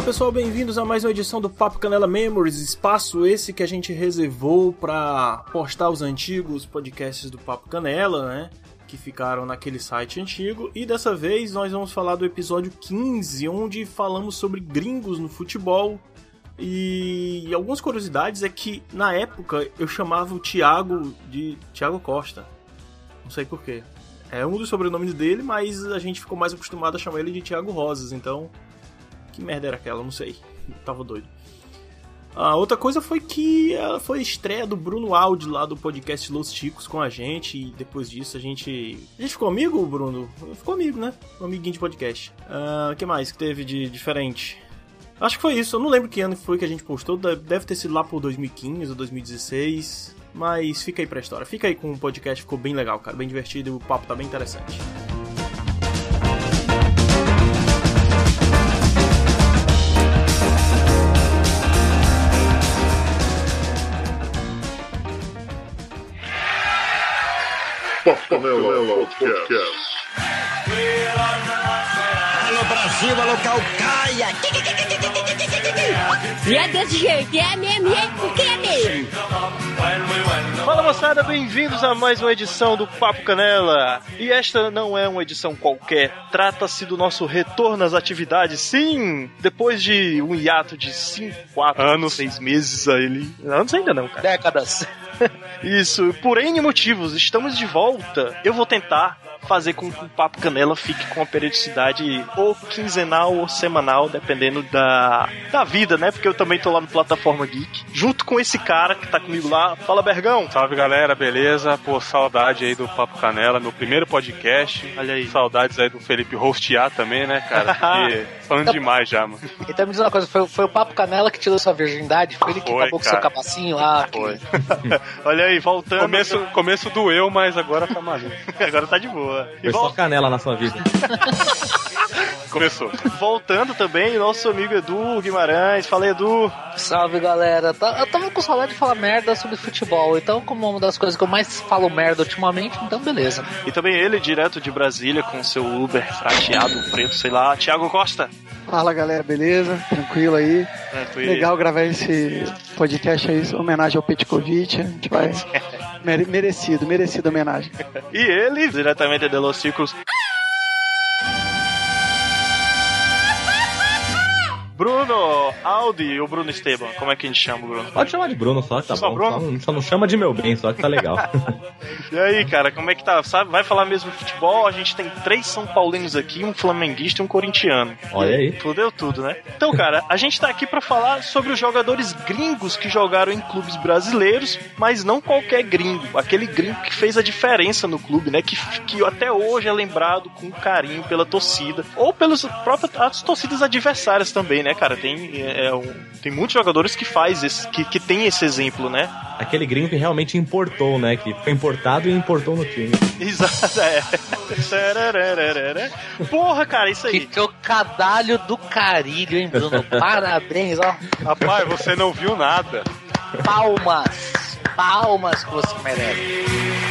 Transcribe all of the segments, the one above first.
pessoal, bem-vindos a mais uma edição do Papo Canela Memories, espaço esse que a gente reservou para postar os antigos podcasts do Papo Canela, né, que ficaram naquele site antigo, e dessa vez nós vamos falar do episódio 15, onde falamos sobre gringos no futebol, e algumas curiosidades é que na época eu chamava o Thiago de Thiago Costa, não sei porquê, é um dos sobrenomes dele, mas a gente ficou mais acostumado a chamar ele de Thiago Rosas, então... Que merda era aquela? Não sei. Eu tava doido. A outra coisa foi que foi a estreia do Bruno Aldi lá do podcast Los Chicos com a gente. E depois disso a gente ficou amigo, Bruno? Ficou amigo, né? Um amiguinho de podcast. O que mais que teve de diferente? Acho que foi isso. Eu não lembro que ano foi que a gente postou. Deve ter sido lá por 2015 ou 2016. Mas fica aí pra história. Fica aí com o podcast. Ficou bem legal, cara. Bem divertido e o papo tá bem interessante. Papo Canela Podcast. Alô Brasil, alô Calcaia. E é desse jeito, é mesmo, porque é mesmo. Fala moçada, bem-vindos a mais uma edição do Papo Canela. E esta não é uma edição qualquer, trata-se do nosso retorno às atividades. Sim, depois de um hiato de 5, 4 anos, 6 meses aí. Anos ainda não, cara. Décadas. Isso, por N motivos, estamos de volta. Eu vou tentar fazer com que o Papo Canela fique com a periodicidade ou quinzenal ou semanal, dependendo da vida, né? Porque eu também tô lá no Plataforma Geek, junto com esse cara que tá comigo lá. Fala, Bergão! Salve, galera, beleza? Pô, saudade aí do Papo Canela, meu primeiro podcast. Olha aí. Saudades aí do Felipe hostear também, né, cara? Porque fã demais já, mano. Então me diz uma coisa, foi o Papo Canela que tirou sua virgindade? Foi ele que acabou com seu cabacinho lá? Foi. Olha aí, voltando. Começo doeu, mas agora tá maluco. Agora tá de boa. Foi só canela na sua vida. Começou. Voltando também, nosso amigo Edu Guimarães. Fala, Edu. Salve, galera. Eu tava com saudade de falar merda sobre futebol, então como uma das coisas que eu mais falo merda ultimamente, então beleza. E também ele, direto de Brasília, com seu Uber prateado, preto, sei lá, Thiago Costa. Fala, galera, beleza? Tranquilo aí? Legal gravar esse podcast aí, homenagem ao Petkovic. A gente vai... merecido homenagem. E ele, diretamente de Los Ciclos, Bruno Aldi ou Bruno Esteban? Como é que a gente chama, Bruno? Pode chamar de Bruno só, tá só bom. Bruno? Só não chama de meu bem, só que tá legal. E aí, cara, como é que tá? Sabe, vai falar mesmo de futebol? A gente tem 3 São Paulinos aqui, um flamenguista e um corintiano. Olha aí. Fudeu tudo, né? Então, cara, a gente tá aqui pra falar sobre os jogadores gringos que jogaram em clubes brasileiros, mas não qualquer gringo. Aquele gringo que fez a diferença no clube, né? Que até hoje é lembrado com carinho pela torcida. Ou pelas próprias torcidas adversárias também, né, cara? Tem muitos jogadores que que tem esse exemplo, né? Aquele gringo que realmente importou, né? Que foi importado e importou no time. Exato, é. Porra, cara, isso aí. Que cadalho do carilho, hein, Bruno? Parabéns, ó. Rapaz, você não viu nada. Palmas que você merece.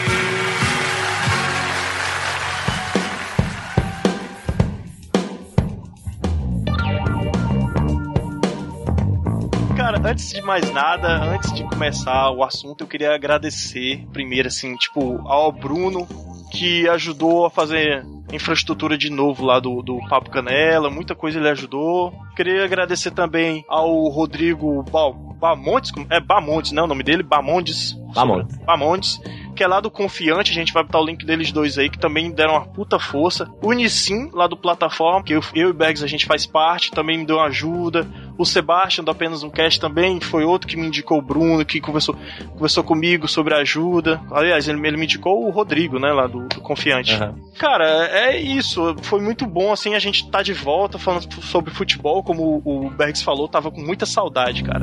Cara, antes de mais nada, antes de começar o assunto, eu queria agradecer primeiro, assim, tipo, ao Bruno, que ajudou a fazer infraestrutura de novo lá do Papo Canela, muita coisa ele ajudou. Queria agradecer também ao Rodrigo Bamontes, é Bamontes, né, o nome dele? Bamontes, que é lá do Confiante, a gente vai botar o link deles dois aí, que também deram uma puta força. O Nissim, lá do Plataforma, que eu e Bergs a gente faz parte, também me deu uma ajuda. O Sebastian, do Apenas um Cast, também foi outro que me indicou o Bruno, que conversou comigo sobre ajuda. Aliás, ele me indicou o Rodrigo, né, lá do Confiante. Uhum. Cara, é isso, foi muito bom, assim, a gente tá de volta falando sobre futebol, como o Bergs falou, tava com muita saudade, cara.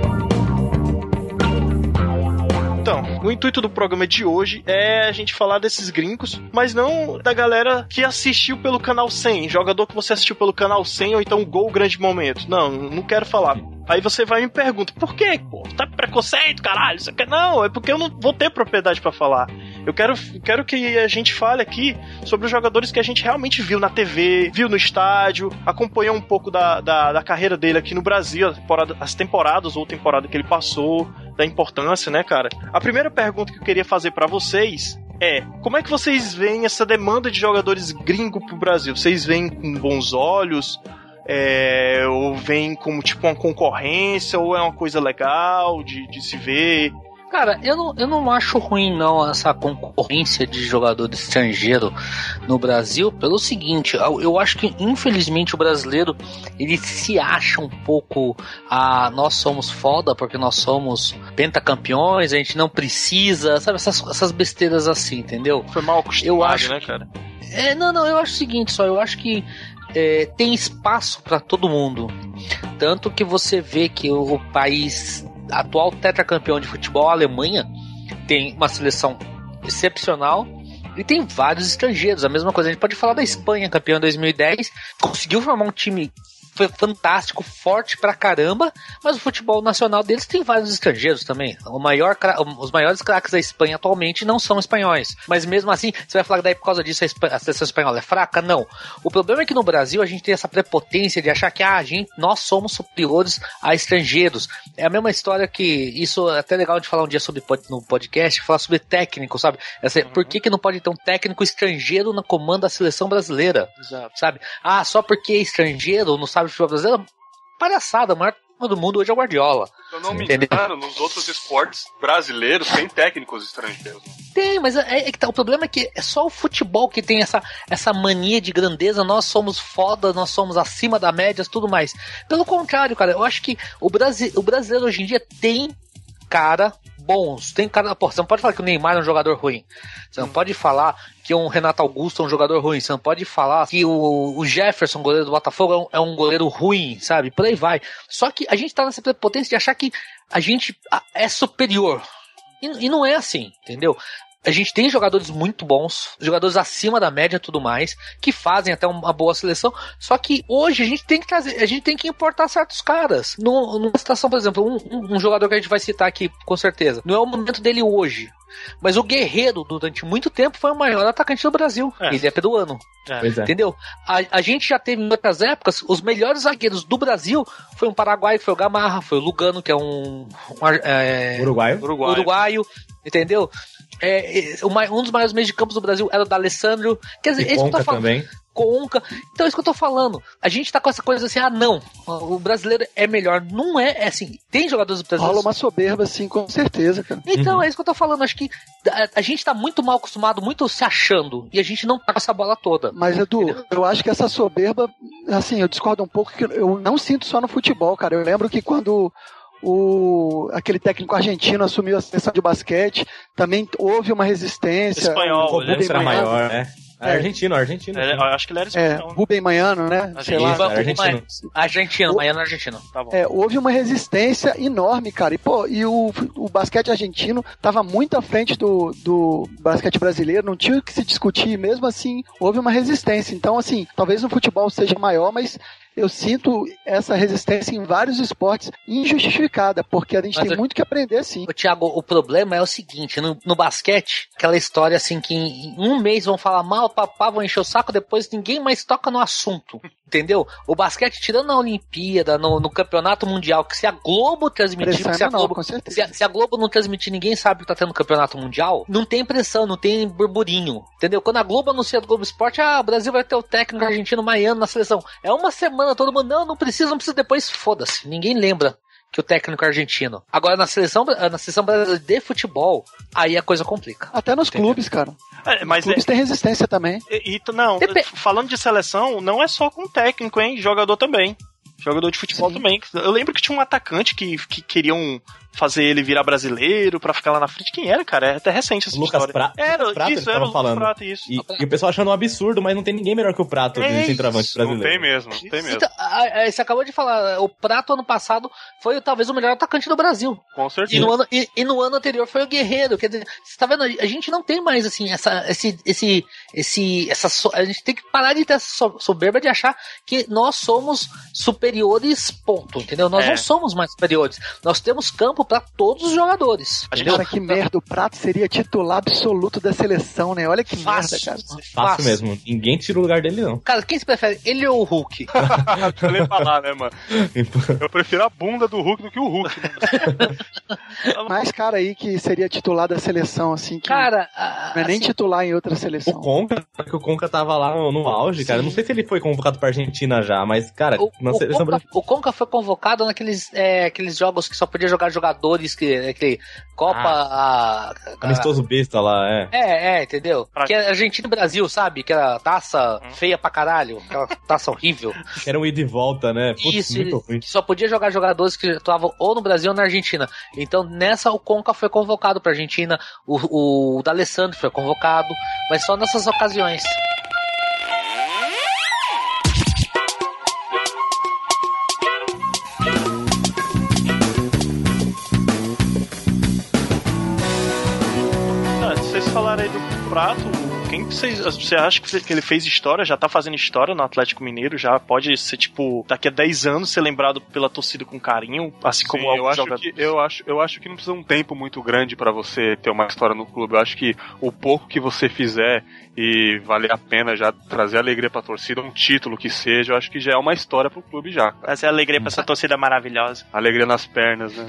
Então, o intuito do programa de hoje é a gente falar desses gringos, mas não da galera que assistiu pelo canal 100, jogador que você assistiu pelo canal 100 ou então Gol Grande Momento. Não quero falar. Aí você vai e me pergunta, por quê? Pô, tá preconceito, caralho? Você quer? Não, é porque eu não vou ter propriedade pra falar. Eu quero que a gente fale aqui sobre os jogadores que a gente realmente viu na TV, viu no estádio, acompanhou um pouco da carreira dele aqui no Brasil, as temporadas ou temporada que ele passou, da importância, né, cara? A primeira pergunta que eu queria fazer pra vocês como é que vocês veem essa demanda de jogadores gringos pro Brasil? Vocês veem com bons olhos? Ou veem como tipo uma concorrência? Ou é uma coisa legal de se ver? Cara, eu não acho ruim não essa concorrência de jogador estrangeiro no Brasil, pelo seguinte, eu acho que infelizmente o brasileiro ele se acha um pouco nós somos foda porque nós somos pentacampeões, a gente não precisa, sabe, essas besteiras assim, entendeu? Foi mal acostumado, né, cara? Eu acho o seguinte só, eu acho que tem espaço pra todo mundo, tanto que você vê que o país atual tetracampeão de futebol, a Alemanha, tem uma seleção excepcional e tem vários estrangeiros. A mesma coisa, a gente pode falar da Espanha, campeã em 2010, conseguiu formar um time fantástico, forte pra caramba, mas o futebol nacional deles tem vários estrangeiros também. Os maiores craques da Espanha atualmente não são espanhóis, mas mesmo assim, você vai falar que daí por causa disso a seleção espanhola é fraca? Não. O problema é que no Brasil a gente tem essa prepotência de achar que nós somos superiores a estrangeiros. É a mesma história que, isso é até legal de falar um dia no podcast, falar sobre técnico, sabe? Por que não pode ter um técnico estrangeiro no comando da seleção brasileira? Exato. Sabe? Só porque é estrangeiro não sabe futebol brasileiro, palhaçada, o maior do mundo hoje é o Guardiola. Eu não me engano, nos outros esportes brasileiros tem técnicos estrangeiros. Tem, mas o problema é que é só o futebol que tem essa mania de grandeza, nós somos foda, nós somos acima da média, tudo mais. Pelo contrário, cara, eu acho que o brasileiro hoje em dia tem cara bons, tem cara, você não pode falar que o Neymar é um jogador ruim, você não pode falar que o Renato Augusto é um jogador ruim, você não pode falar que o Jefferson, goleiro do Botafogo, é um goleiro ruim, sabe, por aí vai. Só que a gente tá nessa prepotência de achar que a gente é superior, e não é assim, entendeu? A gente tem jogadores muito bons, jogadores acima da média e tudo mais, que fazem até uma boa seleção, só que hoje a gente tem que importar certos caras. Numa situação, por exemplo, um jogador que a gente vai citar aqui, com certeza, não é o momento dele hoje, mas o Guerreiro, durante muito tempo, foi o maior atacante do Brasil. Ele é peruano. Entendeu? A gente já teve em outras épocas, os melhores zagueiros do Brasil foi um paraguaio, que foi o Gamarra, foi o Lugano, que é um uruguaio, entendeu? Um dos maiores meios de campos do Brasil era o D'Alessandro. Quer dizer, isso que eu tô falando. Também. Conca. Então é isso que eu tô falando. A gente tá com essa coisa assim, não, o brasileiro é melhor. Não é assim. Tem jogadores brasileiros. Rola uma soberba, assim, com certeza, cara. Então, é isso que eu tô falando. Acho que a gente tá muito mal acostumado, muito se achando. E a gente não tá com essa bola toda. Mas, Edu, eu acho que essa soberba, assim, eu discordo um pouco, que eu não sinto só no futebol, cara. Eu lembro que quando aquele técnico argentino assumiu a seleção de basquete, também houve uma resistência. Espanhol, era maior, né? Argentino. Eu acho que ele era espanhol. Rubem Manhano, né? Sei lá. Argentino. Tá bom. Houve uma resistência enorme, cara. E o basquete argentino estava muito à frente do basquete brasileiro, não tinha o que se discutir, mesmo assim, houve uma resistência. Então, assim, talvez no futebol seja maior, mas eu sinto essa resistência em vários esportes injustificada, porque a gente tem muito que aprender, sim. Thiago, o problema é o seguinte, no basquete, aquela história assim que em um mês vão falar mal, papá, vão encher o saco, depois ninguém mais toca no assunto, entendeu? O basquete, tirando na Olimpíada, no Campeonato Mundial, que se a Globo transmitir, se a Globo não transmitir, ninguém sabe que tá tendo Campeonato Mundial, não tem pressão, não tem burburinho, entendeu? Quando a Globo anuncia do Globo Esporte, o Brasil vai ter o técnico argentino Maiano na seleção. É uma semana todo mundo, não precisa, depois foda-se, ninguém lembra que o técnico é argentino. Agora na seleção brasileira de futebol, aí a coisa complica. Até nos clubes, cara. Mas clubes têm resistência também. Falando de seleção, não é só com técnico, hein? Jogador também. Jogador de futebol também. Eu lembro que tinha um atacante que queriam fazer ele virar brasileiro pra ficar lá na frente. Quem era, cara? É até recente essa Lucas história. Era o Lucas Prata, isso. E o pessoal achando um absurdo, mas não tem ninguém melhor que o Prato de centroavante brasileiro. Não tem mesmo. Então, Você acabou de falar, o Prato ano passado foi talvez o melhor atacante do Brasil. Com certeza. E no ano anterior foi o Guerreiro. Quer dizer, você tá vendo? A gente não tem mais assim, a gente tem que parar de ter essa soberba de achar que nós somos superiores, ponto, entendeu? Nós não somos mais superiores. Nós temos campo para todos os jogadores. Cara, que merda, o Prato seria titular absoluto da seleção, né? Olha que Fácil, merda, cara. Fácil mesmo. Ninguém tira o lugar dele, não. Cara, quem se prefere? Ele ou o Hulk? Deixa eu nem falar, né, mano? Eu prefiro a bunda do Hulk do que o Hulk. Mais cara aí que seria titular da seleção, assim, que Cara, não é nem assim, titular em outra seleção. O Conca tava lá no auge, cara. Não sei se ele foi convocado pra Argentina já, mas, cara, na seleção brasileira. O Conca foi convocado naqueles aqueles jogos que só podia jogar jogadores, que Copa... Amistoso besta lá, entendeu? Que era Argentina e Brasil, sabe? Que era taça feia pra caralho, aquela taça horrível. Era um ida e volta, né? Putz, Isso, muito ruim. que só podia jogar jogadores que atuavam ou no Brasil ou na Argentina. Então, nessa, o Conca foi convocado pra Argentina, o D'Alessandro foi convocado, mas só nessas ocasiões. Vocês falaram aí do Prato, quem que você acha que ele fez história, já tá fazendo história no Atlético Mineiro, já pode ser, tipo, daqui a 10 anos ser lembrado pela torcida com carinho, assim como alguns jogadores? Eu acho que não precisa um tempo muito grande pra você ter uma história no clube. Eu acho que o pouco que você fizer e valer a pena já trazer alegria pra torcida, um título que seja, eu acho que já é uma história pro clube já. Essa é a alegria pra essa torcida maravilhosa. Alegria nas pernas, né?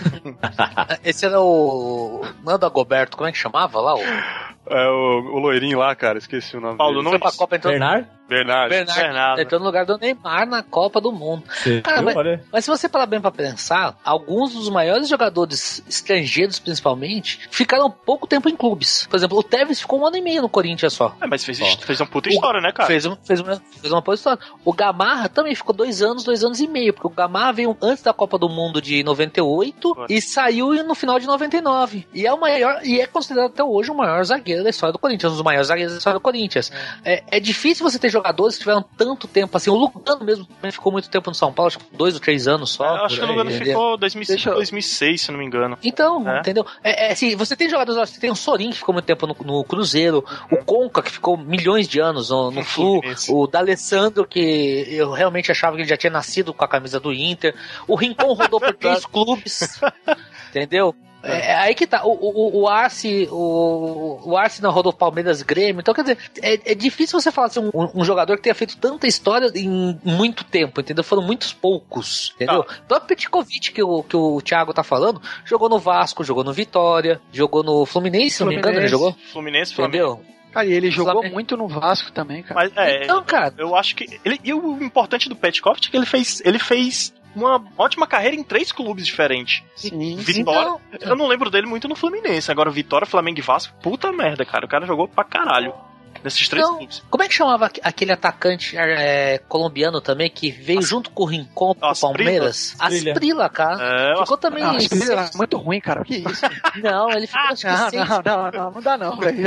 Esse era o... Não é o Dagoberto, como é que chamava lá? É o loirinho lá, cara, esqueci o nome Paulo dele. Nunes. Foi pra Copa, entrou... Bernardo. Entrou no lugar do Neymar na Copa do Mundo. Cara, mas se você parar bem pra pensar, alguns dos maiores jogadores estrangeiros, principalmente, ficaram pouco tempo em clubes. Por exemplo, o Tevez ficou 1 ano e meio no Corinthians só. Mas fez uma puta história, né, cara? Fez uma puta história. O Gamarra também ficou 2 anos e meio, porque o Gamarra veio antes da Copa do Mundo de 98 e saiu no final de 99. E é o maior, e é considerado até hoje o maior zagueiro da história do Corinthians, um dos maiores zagueiros da história do Corinthians. É difícil você ter jogadores que tiveram tanto tempo assim. O Lugano mesmo também ficou muito tempo no São Paulo, acho que 2 ou 3 anos só. Eu acho que o Lugano ficou 2005, 2006, se não me engano. Então, entendeu? Assim, você tem jogadores, você tem o Sorin que ficou muito tempo no Cruzeiro, o Conca que ficou milhões de anos no Flu, o D'Alessandro que eu realmente achava que ele já tinha nascido com a camisa do Inter, o Rincon rodou por 3 clubes, entendeu? Aí que tá, o Arce não rodou Palmeiras, Grêmio, então quer dizer, é difícil você falar assim, um jogador que tenha feito tanta história em muito tempo, entendeu? Foram muitos poucos, entendeu? O próprio Petkovic que o Thiago tá falando, jogou no Vasco, jogou no Vitória, jogou no Fluminense, se não me engano, ele jogou? Fluminense, entendeu? Cara, e ele jogou muito no Vasco também, cara. Mas, então, cara, eu acho que e o importante do Petkovic é que ele fez uma ótima carreira em 3 clubes diferentes. Sim. Vitória, eu não lembro dele muito no Fluminense. Agora, Vitória, Flamengo e Vasco, puta merda, cara. O cara jogou pra caralho nesses 3 clubes. Como é que chamava aquele atacante colombiano também, que veio junto com o Rincon pro Palmeiras? Asprilla, cara. Ficou também... Asprilla era muito ruim, cara. Que isso? Não, ele ficou acho que 6. Não dá não, velho.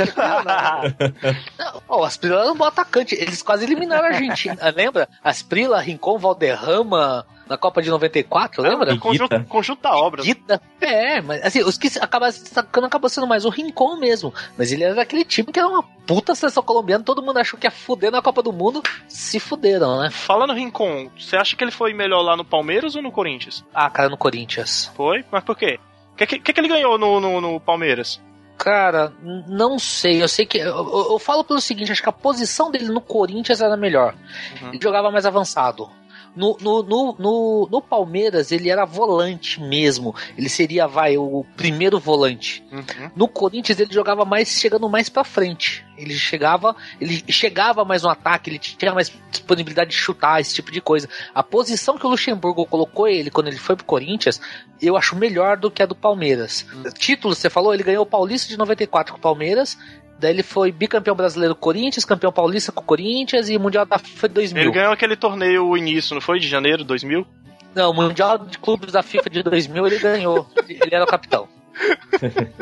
O Asprilla era um bom atacante. Eles quase eliminaram a Argentina. Lembra? Asprilla, Rincon, Valderrama... Na Copa de 94, lembra? Conjunto da obra. Mas assim, os que acabam se destacando acabam sendo mais o Rincon mesmo. Mas ele era daquele time que era uma puta seleção colombiana, todo mundo achou que ia fuder na Copa do Mundo, se fuderam, né? Falando no Rincon, você acha que ele foi melhor lá no Palmeiras ou no Corinthians? Cara, no Corinthians. Foi? Mas por quê? O que ele ganhou no Palmeiras? Cara, não sei. Eu sei que... Eu falo pelo seguinte, acho que a posição dele no Corinthians era melhor. Ele jogava mais avançado. No Palmeiras ele era volante mesmo. Ele seria, o primeiro volante. No Corinthians ele jogava mais, chegando mais pra frente. Ele chegava mais no ataque, ele tinha mais disponibilidade de chutar, esse tipo de coisa. A posição que o Luxemburgo colocou ele quando ele foi pro Corinthians, eu acho melhor do que a do Palmeiras. Título, você falou, ele ganhou o Paulista de 94 com o Palmeiras. Daí ele foi bicampeão brasileiro com o Corinthians, campeão paulista com o Corinthians e Mundial da FIFA de 2000. Ele ganhou aquele torneio início, não foi? De janeiro de 2000? Não, o Mundial de Clubes da FIFA de 2000 ele ganhou. Ele era o capitão.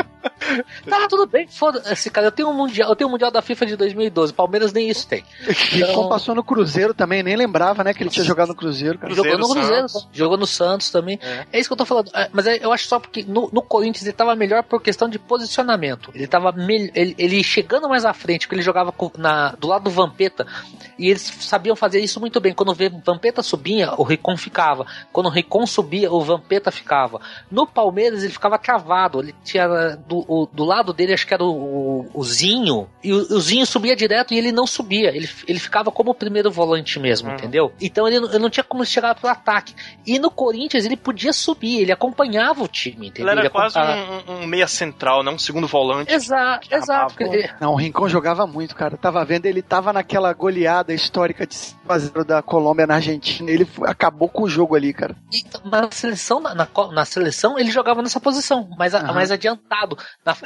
Tá, tudo bem, foda-se, cara. Eu tenho um mundial da FIFA de 2012. Palmeiras nem isso tem. Então passou no Cruzeiro também, nem lembrava, né, que ele tinha jogado no Cruzeiro, cara. Jogou no Cruzeiro, jogou no Santos também. É isso que eu tô falando. Mas eu acho só porque no Corinthians ele tava melhor por questão de posicionamento. Ele tava ele chegando mais à frente, porque ele jogava do lado do Vampeta, e eles sabiam fazer isso muito bem. Quando o Vampeta subia, o Ricon ficava. Quando o Ricon subia, o Vampeta ficava. No Palmeiras ele ficava travado. Ele tinha do lado dele, acho que era o Zinho, e o Zinho subia direto e ele não subia. Ele ficava como o primeiro volante mesmo, entendeu? Então ele não tinha como chegar pro ataque. E no Corinthians ele podia subir, ele acompanhava o time, entendeu? Ele era quase um meia central, né? Um segundo volante. Exato. Não, o Rincon jogava muito, cara. Eu tava vendo, ele tava naquela goleada histórica de 5-0 da Colômbia na Argentina. Ele acabou com o jogo ali, cara. E na seleção, na seleção, ele jogava nessa posição, mais adiantado,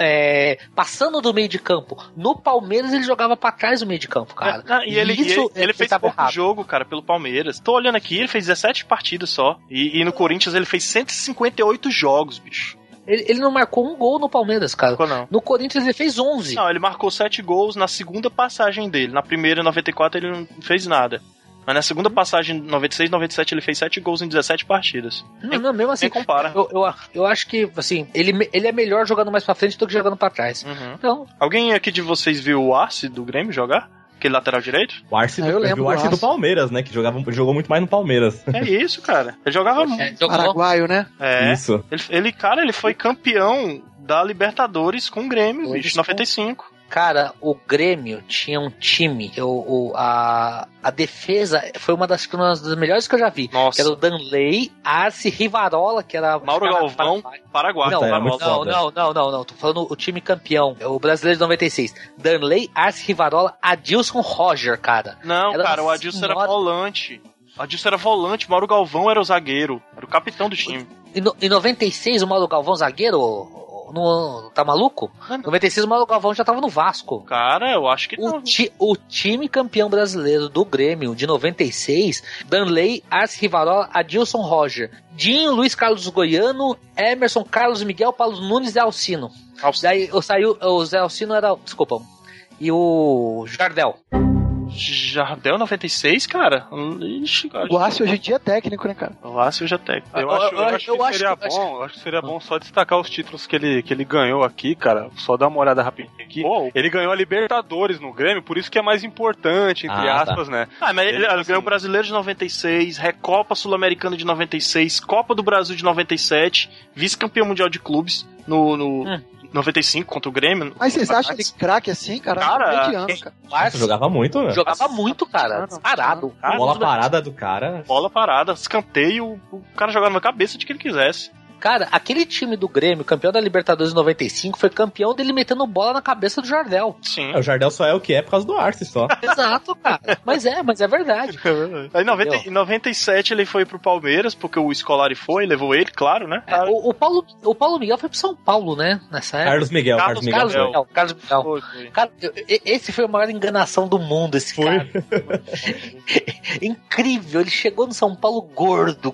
passando do meio de campo. No Palmeiras, ele jogava pra trás do meio de campo, cara. E ele fez pouco jogo, cara, pelo Palmeiras. Tô olhando aqui, ele fez 17 partidas só. E no Corinthians ele fez 158 jogos, bicho. Ele não marcou um gol no Palmeiras, cara. Não. No Corinthians ele fez 11. Não, ele marcou 7 gols na segunda passagem dele. Na primeira, em 94, ele não fez nada. Mas na segunda passagem, em 96, 97, ele fez 7 gols em 17 partidas. Não, mesmo assim. Nem compara. Eu acho que, assim, ele é melhor jogando mais pra frente do que jogando pra trás. Então... Alguém aqui de vocês viu o Arce do Grêmio jogar? Aquele lateral direito? O Arce do Palmeiras, né? Que jogou muito mais no Palmeiras. É isso, cara. Ele jogava muito. Paraguaio, né? Isso. Ele foi campeão da Libertadores com o Grêmio, bicho, em 95. Cara, o Grêmio tinha um time, a defesa foi uma das melhores que eu já vi. Nossa. Que era o Danley, Arce, Rivarola, que era... Mauro Galvão, Paraguai. Não, tô falando o time campeão, o brasileiro de 96. Danley, Arce, Rivarola, Adilson, Roger, cara. Não, cara, o Adilson era volante. O Adilson era volante, Mauro Galvão era o zagueiro, era o capitão do time. Em 96, o Mauro Galvão zagueiro... tá maluco? Em 96 o Mauro Galvão já tava no Vasco. Cara, eu acho que não. O time campeão brasileiro do Grêmio de 96, Danley, Arce, Rivarola, Adilson, Roger, Dinho, Luiz Carlos Goiano, Emerson, Carlos Miguel, Paulo Nunes e Alcino. Daí saiu, o Zé Alcino era, desculpa, e o Jardel. Jardel 96, cara? Ixi, o Arce hoje em dia é técnico, né, cara? O Arce hoje é técnico. Eu acho que seria bom só destacar os títulos que ele ganhou aqui, cara. Só dar uma olhada rapidinho aqui. Ele ganhou a Libertadores no Grêmio, por isso que é mais importante, entre aspas, né? Mas ele ganhou o Brasileiro de 96, Recopa Sul-Americana de 96, Copa do Brasil de 97, vice-campeão mundial de clubes no 95 contra o Grêmio. Mas vocês acham ele craque assim, cara? Nossa, jogava muito, né? Jogava muito, cara. Parado. Bola parada do cara. Bola parada, escanteio, o cara jogava na cabeça de que ele quisesse. Cara, aquele time do Grêmio, campeão da Libertadores em 95, foi campeão dele metendo bola na cabeça do Jardel. Sim. O Jardel só é o que é por causa do Arce, só. Exato, cara. Mas é verdade. Aí em 97 ele foi pro Palmeiras, porque o Scolari levou ele, claro, né? O Paulo Miguel foi pro São Paulo, né? Nessa época. Carlos Miguel. Cara, esse foi a maior enganação do mundo, esse cara. Incrível, ele chegou no São Paulo gordo.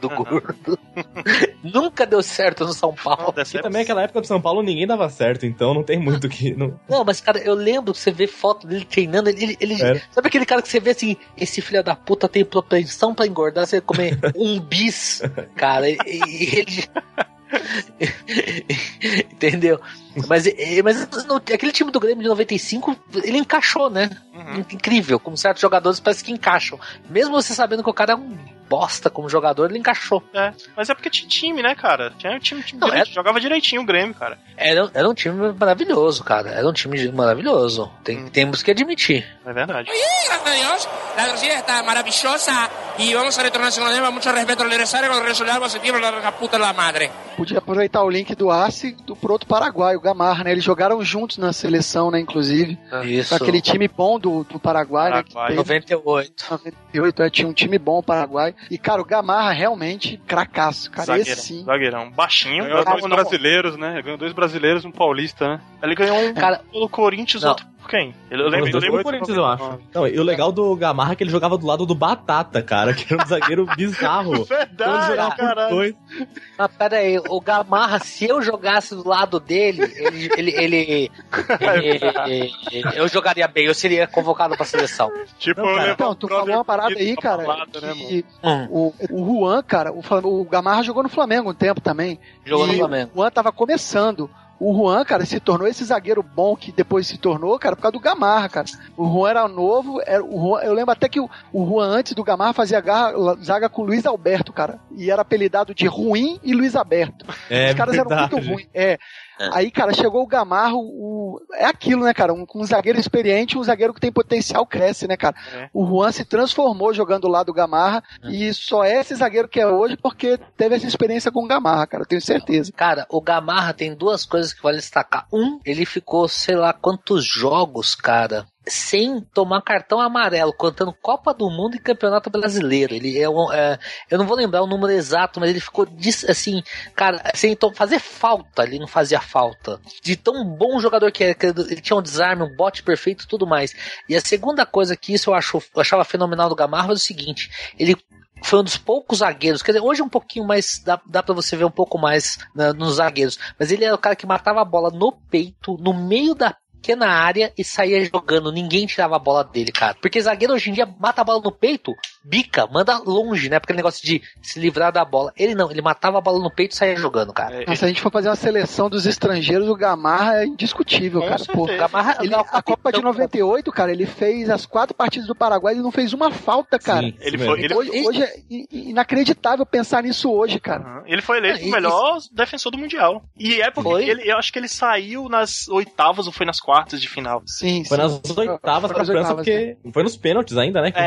Nunca deu certo no São Paulo. E também naquela época do São Paulo ninguém dava certo, então não tem muito que... Não, mas cara, eu lembro que você vê foto dele treinando, ele sabe aquele cara que você vê assim, esse filho da puta tem propensão pra engordar, você comer um bis, cara, e ele... Entendeu? Mas aquele time do Grêmio de 95, ele encaixou, né? Incrível, como certos jogadores parece que encaixam. Mesmo você sabendo que o cara é um bosta como jogador, ele encaixou. Mas é porque tinha time, né, cara? Tinha um time jogava direitinho o Grêmio, cara. Era um time maravilhoso, cara. Era um time maravilhoso. Temos que admitir. É verdade. Gracias a Dios, la torcida está maravillosa y vamos a retornar con mucho respeto al adversario, con el resultado positivo, la puta la madre. Podia aproveitar o link do Arce pro outro paraguaio, o Gamarra, né? Eles jogaram juntos na seleção, né, inclusive. Isso. Aquele time bom do Paraguai, né? 98. Tinha um time bom o Paraguai. E, cara, o Gamarra realmente cracaço, cara. Zagueirão, esse sim. Zagueirão. Baixinho. Ganhou dois brasileiros, né? Ganhou 2 brasileiros, um paulista, né? Ele ganhou um pelo Corinthians, outro Quem? Eu lembro do Corinthians, eu acho. Não, e o legal do Gamarra é que ele jogava do lado do Batata, cara, que era um zagueiro bizarro. Verdade, caralho. Mas pera aí, o Gamarra, se eu jogasse do lado dele, eu jogaria bem, eu seria convocado pra seleção. Tipo, Então, tu falou uma parada aí, cara, que o Juan, cara, o Gamarra jogou no Flamengo um tempo também. Jogou no Flamengo. O Juan tava começando. O Juan, cara, se tornou esse zagueiro bom que depois se tornou, cara, por causa do Gamarra, cara. O Juan era novo, eu lembro até que o Juan, antes do Gamarra, fazia zaga com o Luiz Alberto, cara. E era apelidado de Ruim e Luiz Alberto. Os caras eram muito ruins. Aí, cara, chegou o Gamarra, é aquilo, né, cara? Um zagueiro experiente, um zagueiro que tem potencial cresce, né, cara? O Juan se transformou jogando lá do Gamarra e só é esse zagueiro que é hoje porque teve essa experiência com o Gamarra, cara, eu tenho certeza. Cara, o Gamarra tem duas coisas que vale destacar. Ele ficou, sei lá, quantos jogos, cara, sem tomar cartão amarelo, contando Copa do Mundo e Campeonato Brasileiro. Ele eu não vou lembrar o número exato, mas ele ficou assim, cara, sem fazer falta, ele não fazia falta. De tão bom jogador que era, que ele tinha um desarme, um bote perfeito e tudo mais. E a segunda coisa que isso eu achava fenomenal do Gamarra was o seguinte, ele foi um dos poucos zagueiros, quer dizer, hoje um pouquinho mais, dá pra você ver um pouco mais nos zagueiros, mas ele era o cara que matava a bola no peito, no meio da pequena área e saía jogando, ninguém tirava a bola dele, cara. Porque zagueiro hoje em dia mata a bola no peito, bica, manda longe, né? Porque o negócio de se livrar da bola. Ele não, ele matava a bola no peito e saía jogando, cara. Se a gente for fazer uma seleção dos estrangeiros, o Gamarra é indiscutível, cara. Pô, Gamarra, a Copa de 98, cara, ele fez as 4 partidas do Paraguai e não fez uma falta, cara. Sim, hoje é inacreditável pensar nisso hoje, cara. Ele foi eleito o melhor defensor do Mundial. E é porque eu acho que ele saiu nas oitavas ou foi nas quartas de final. Sim, foi nas oitavas pra França, porque foi nos pênaltis ainda, né? Que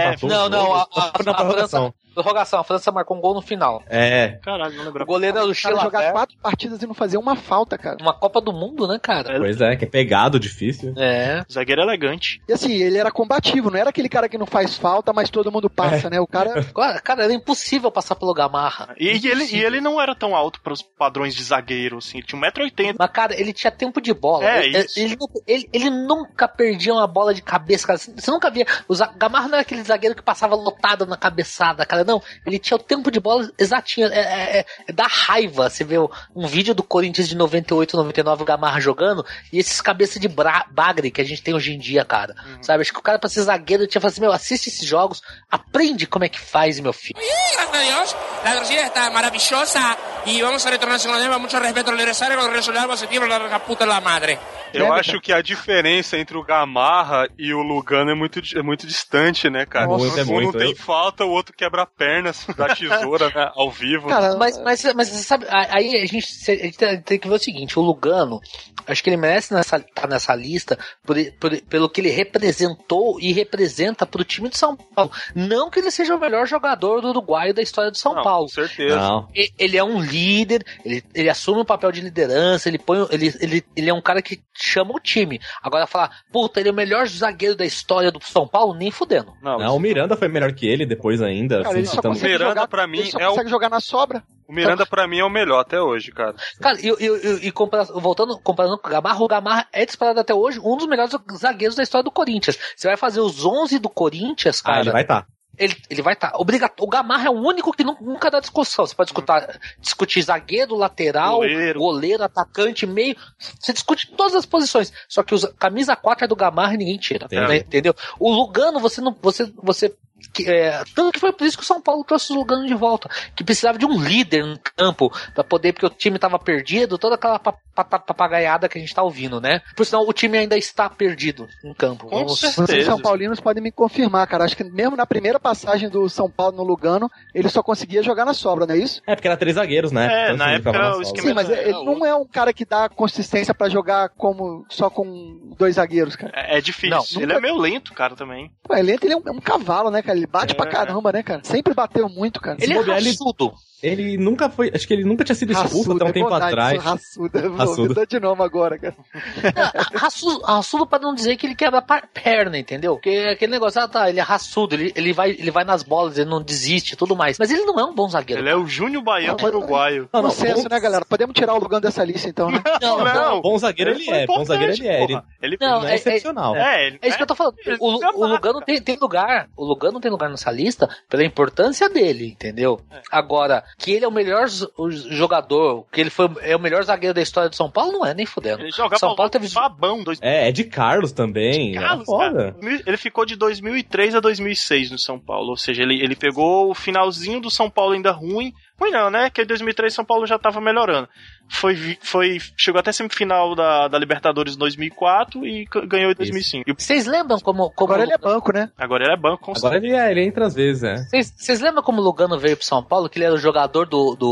A França marcou um gol no final. Caralho, não lembro. O goleiro era o Chilavert. Jogar 4 partidas e não fazer uma falta, cara. Uma Copa do Mundo, né, cara? Pois é, que é pegado, difícil. Zagueiro elegante. E assim, ele era combativo, não era aquele cara que não faz falta, mas todo mundo passa, né? O cara... Cara, era impossile passar pelo Gamarra. E ele não era tão alto para os padrões de zagueiro, assim. Ele tinha 1,80 m. Mas, cara, ele tinha tempo de bola. Ele nunca perdia uma bola de cabeça, cara. Você nunca via... O Gamarra não era aquele zagueiro que passava lotado na cabeçada, cara. Não, ele tinha o tempo de bola exatinho. Dá raiva você ver um vídeo do Corinthians de 98, 99, o Gamarra jogando, e esses cabeças de bagre que a gente tem hoje em dia, cara. Sabe? Acho que o cara, pra ser zagueiro, tinha falado assim, assiste esses jogos, aprende como é que faz, meu filho. Gracias a Dios, la torcida está maravillosa y vamos a retornar segunda vez, mucho respeto al adversario con el resultado positivo, la puta de la madre. Eu acho que a diferença entre o Gamarra e o Lugano é muito distante, né, cara? Um não tem falta, o outro quebra pernas da tesoura, né, ao vivo. Cara, mas você sabe, aí a gente tem que ver o seguinte, o Lugano, acho que ele merece estar nessa lista pelo que ele representou e representa pro time de São Paulo. Não que ele seja o melhor jogador do Uruguai da história do São Paulo. Com certeza. Não. Ele é um líder, ele assume um papel de liderança, ele é um cara que chama o time. Agora falar, puta, ele é o melhor zagueiro da história do São Paulo, nem fudendo. Não, o Miranda foi melhor que ele depois ainda. Cara, ele só consegue Miranda, jogar, pra mim, consegue jogar na sobra. O Miranda, pra mim, é o melhor até hoje, cara. Cara, comparando com o Gamarra é disparado até hoje um dos melhores zagueiros da história do Corinthians. Você vai fazer os 11 do Corinthians, cara... ele vai estar. Ele vai estar. O Gamarra é o único que nunca dá discussão. Você pode discutir zagueiro, lateral, goleiro, atacante, meio. Você discute todas as posições. Só que camisa 4 é do Gamarra e ninguém tira. Né? Entendeu? O Lugano, tanto que foi por isso que o São Paulo trouxe o Lugano de volta, que precisava de um líder no campo para poder, porque o time estava perdido, toda aquela papagaiada que a gente tá ouvindo, né? Por sinal, o time ainda está perdido em campo. Vocês São Paulinos podem me confirmar, cara. Acho que mesmo na primeira passagem do São Paulo no Lugano, ele só conseguia jogar na sobra, não é isso? Porque era 3 zagueiros, né? Então, na época o esquema. Sim, mas ele não é um cara que dá consistência para jogar só com 2 zagueiros, cara. É difícil. Não, ele é meio lento, cara, também. Pô, é lento, ele é um cavalo, né, cara? Ele bate pra caramba, né, cara? Sempre bateu muito, cara. Ele é raçudo. Ele nunca foi. Acho que ele nunca tinha sido expulso até um tempo atrás. Raçuda de nome agora, cara. Raçudo pra não dizer que ele quebra a perna, entendeu? Porque aquele negócio, ele é raçudo, ele vai nas bolas, ele não desiste e tudo mais. Mas ele não é um bom zagueiro. Ele é o Júnior Baiano uruguaio. Não, senso, né, galera? Podemos tirar o Lugano dessa lista, então, né? Não. Bom zagueiro ele é. Bom zagueiro ele é. Ele não é excepcional. É isso que eu tô falando. O Lugano tem lugar. O Lugano tem lugar nessa lista pela importância dele, entendeu? Agora, que ele é o melhor jogador, que ele é o melhor zagueiro da história do São Paulo, não é nem fudendo. Ele jogava São Paulo teve babão. É de Carlos também. Carlos, foda. Ele ficou de 2003 a 2006 no São Paulo, ou seja, ele pegou o finalzinho do São Paulo ainda ruim não, né? Que em 2003 São Paulo já tava melhorando. Chegou até a semifinal da Libertadores em 2004 e ganhou em 2005. Vocês lembram como agora ele é banco, né? Agora ele é banco, com certeza. Agora ele entra às vezes, né? Vocês lembram como o Lugano veio pro São Paulo, que ele era o jogador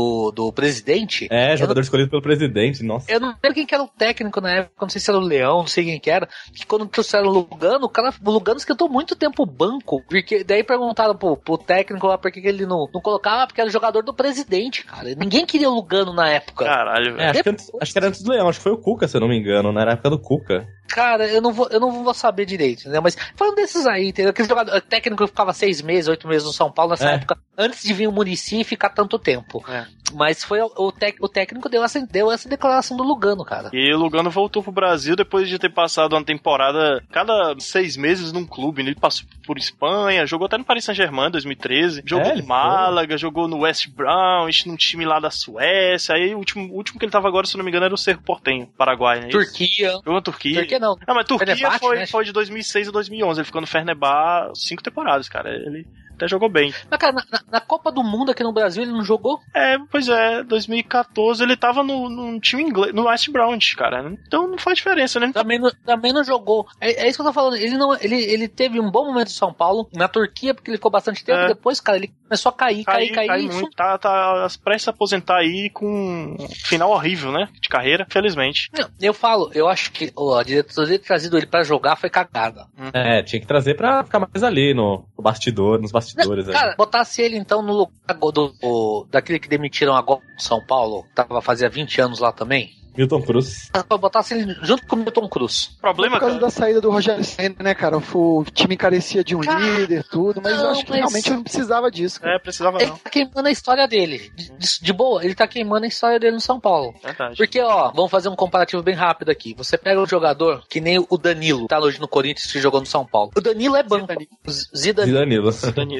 do presidente? Jogador escolhido pelo presidente, nossa. Eu não lembro quem que era o técnico na época, não sei se era o Leão, não sei quem que era, que quando trouxeram o Lugano, o Lugano esquentou muito tempo o banco, porque daí perguntaram pro técnico lá por que ele não colocava, porque era o jogador do presidente, cara. Ninguém queria o Lugano na época. Caralho, velho. Acho que era antes do Leão, acho que foi o Cuca, se eu não me engano, na época do Cuca. Cara, eu não vou saber direito, né? Mas falando desses aí, entendeu? Aquele jogador técnico que ficava 6 meses, 8 meses no São Paulo nessa época, antes de vir o Muricy e ficar tanto tempo. Mas foi o técnico deu essa declaração do Lugano, cara. E o Lugano voltou pro Brasil depois de ter passado uma temporada cada 6 meses num clube. Ele passou por Espanha, jogou até no Paris Saint-Germain em 2013, jogou no Málaga, jogou no West Brom, num time lá da Suécia. Aí o último que ele tava agora, se não me engano, era o Cerro Porteño, Paraguai, né? Turquia. Jogou na Turquia. Não, mas Turquia Fenerbahçe, foi de 2006 a 2011. Ele ficou no Fenerbahçe 5 temporadas, cara. Ele até jogou bem. Mas, cara, na Copa do Mundo aqui no Brasil ele não jogou? Pois é. 2014 ele tava no time inglês, no West Brom, cara. Então não faz diferença, né? Também não jogou. É isso que eu tô falando. Ele teve um bom momento em São Paulo, na Turquia, porque ele ficou bastante tempo. Depois, cara, ele começou a cair muito. Tá prestes a aposentar aí com um final horrível, né? De carreira, felizmente. Não, eu acho que a diretoria ter trazido ele pra jogar foi cagada. Tinha que trazer pra ficar mais ali nos bastidores. Não, cara, botasse ele então no lugar daquele que demitiram agora no São Paulo, fazia 20 anos lá também. Milton Cruz. Botasse ele junto com o Milton Cruz. Problema, por causa da saída do Rogério Ceni, né, cara? O time carecia de um líder, tudo, mas eu acho que realmente não precisava disso. Cara. Precisava ele não. Tá queimando a história dele. De boa, ele tá queimando a história dele no São Paulo. Verdade. Porque, vamos fazer um comparativo bem rápido aqui. Você pega um jogador que nem o Danilo, tá hoje no Corinthians, que jogou no São Paulo. O Danilo é banco. Zidanilo.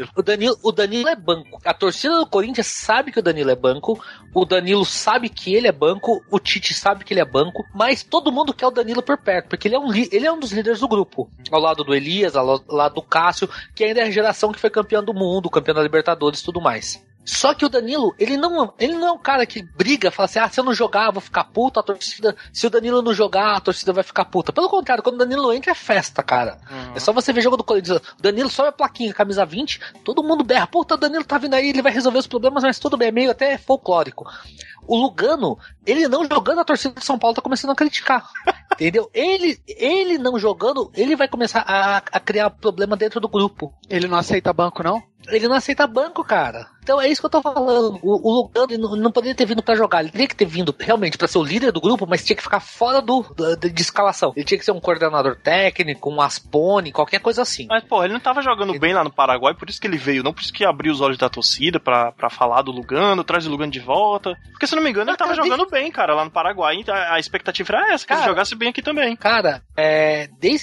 O Danilo é banco. A torcida do Corinthians sabe que o Danilo é banco. O Danilo sabe que ele é banco. O Tite sabe que ele é banco. Mas todo mundo quer o Danilo por perto, porque ele é um dos líderes do grupo. Ao lado do Elias, ao lado do Cássio, que ainda é a geração que foi campeão do mundo, campeão da Libertadores e tudo mais. Só que o Danilo, ele não é um cara que briga, fala assim, se eu não jogar, eu vou ficar puto, a torcida, se o Danilo não jogar, a torcida vai ficar puta. Pelo contrário, quando o Danilo entra, é festa, cara. É só você ver jogo do Corinthians, o Danilo sobe a plaquinha, camisa 20, todo mundo berra, puta, o Danilo tá vindo aí, ele vai resolver os problemas, mas tudo bem, é meio até folclórico. O Lugano, ele não jogando, a torcida de São Paulo tá começando a criticar. Entendeu? Ele não jogando, ele vai começar a criar problema dentro do grupo. Ele não aceita banco, não? Ele não aceita banco, cara. Então é isso que eu tô falando. O Lugano não poderia ter vindo pra jogar. Ele teria que ter vindo realmente pra ser o líder do grupo, mas tinha que ficar fora de escalação. Ele tinha que ser um coordenador técnico, um Aspone, qualquer coisa assim. Mas, pô, ele não tava jogando bem lá no Paraguai, por isso que ele veio, não por isso que abriu os olhos da torcida pra falar do Lugano, traz o Lugano de volta. Porque, se não me engano, ele tava jogando bem, cara, lá no Paraguai. A expectativa era essa, que ele jogasse bem aqui também. Cara, desde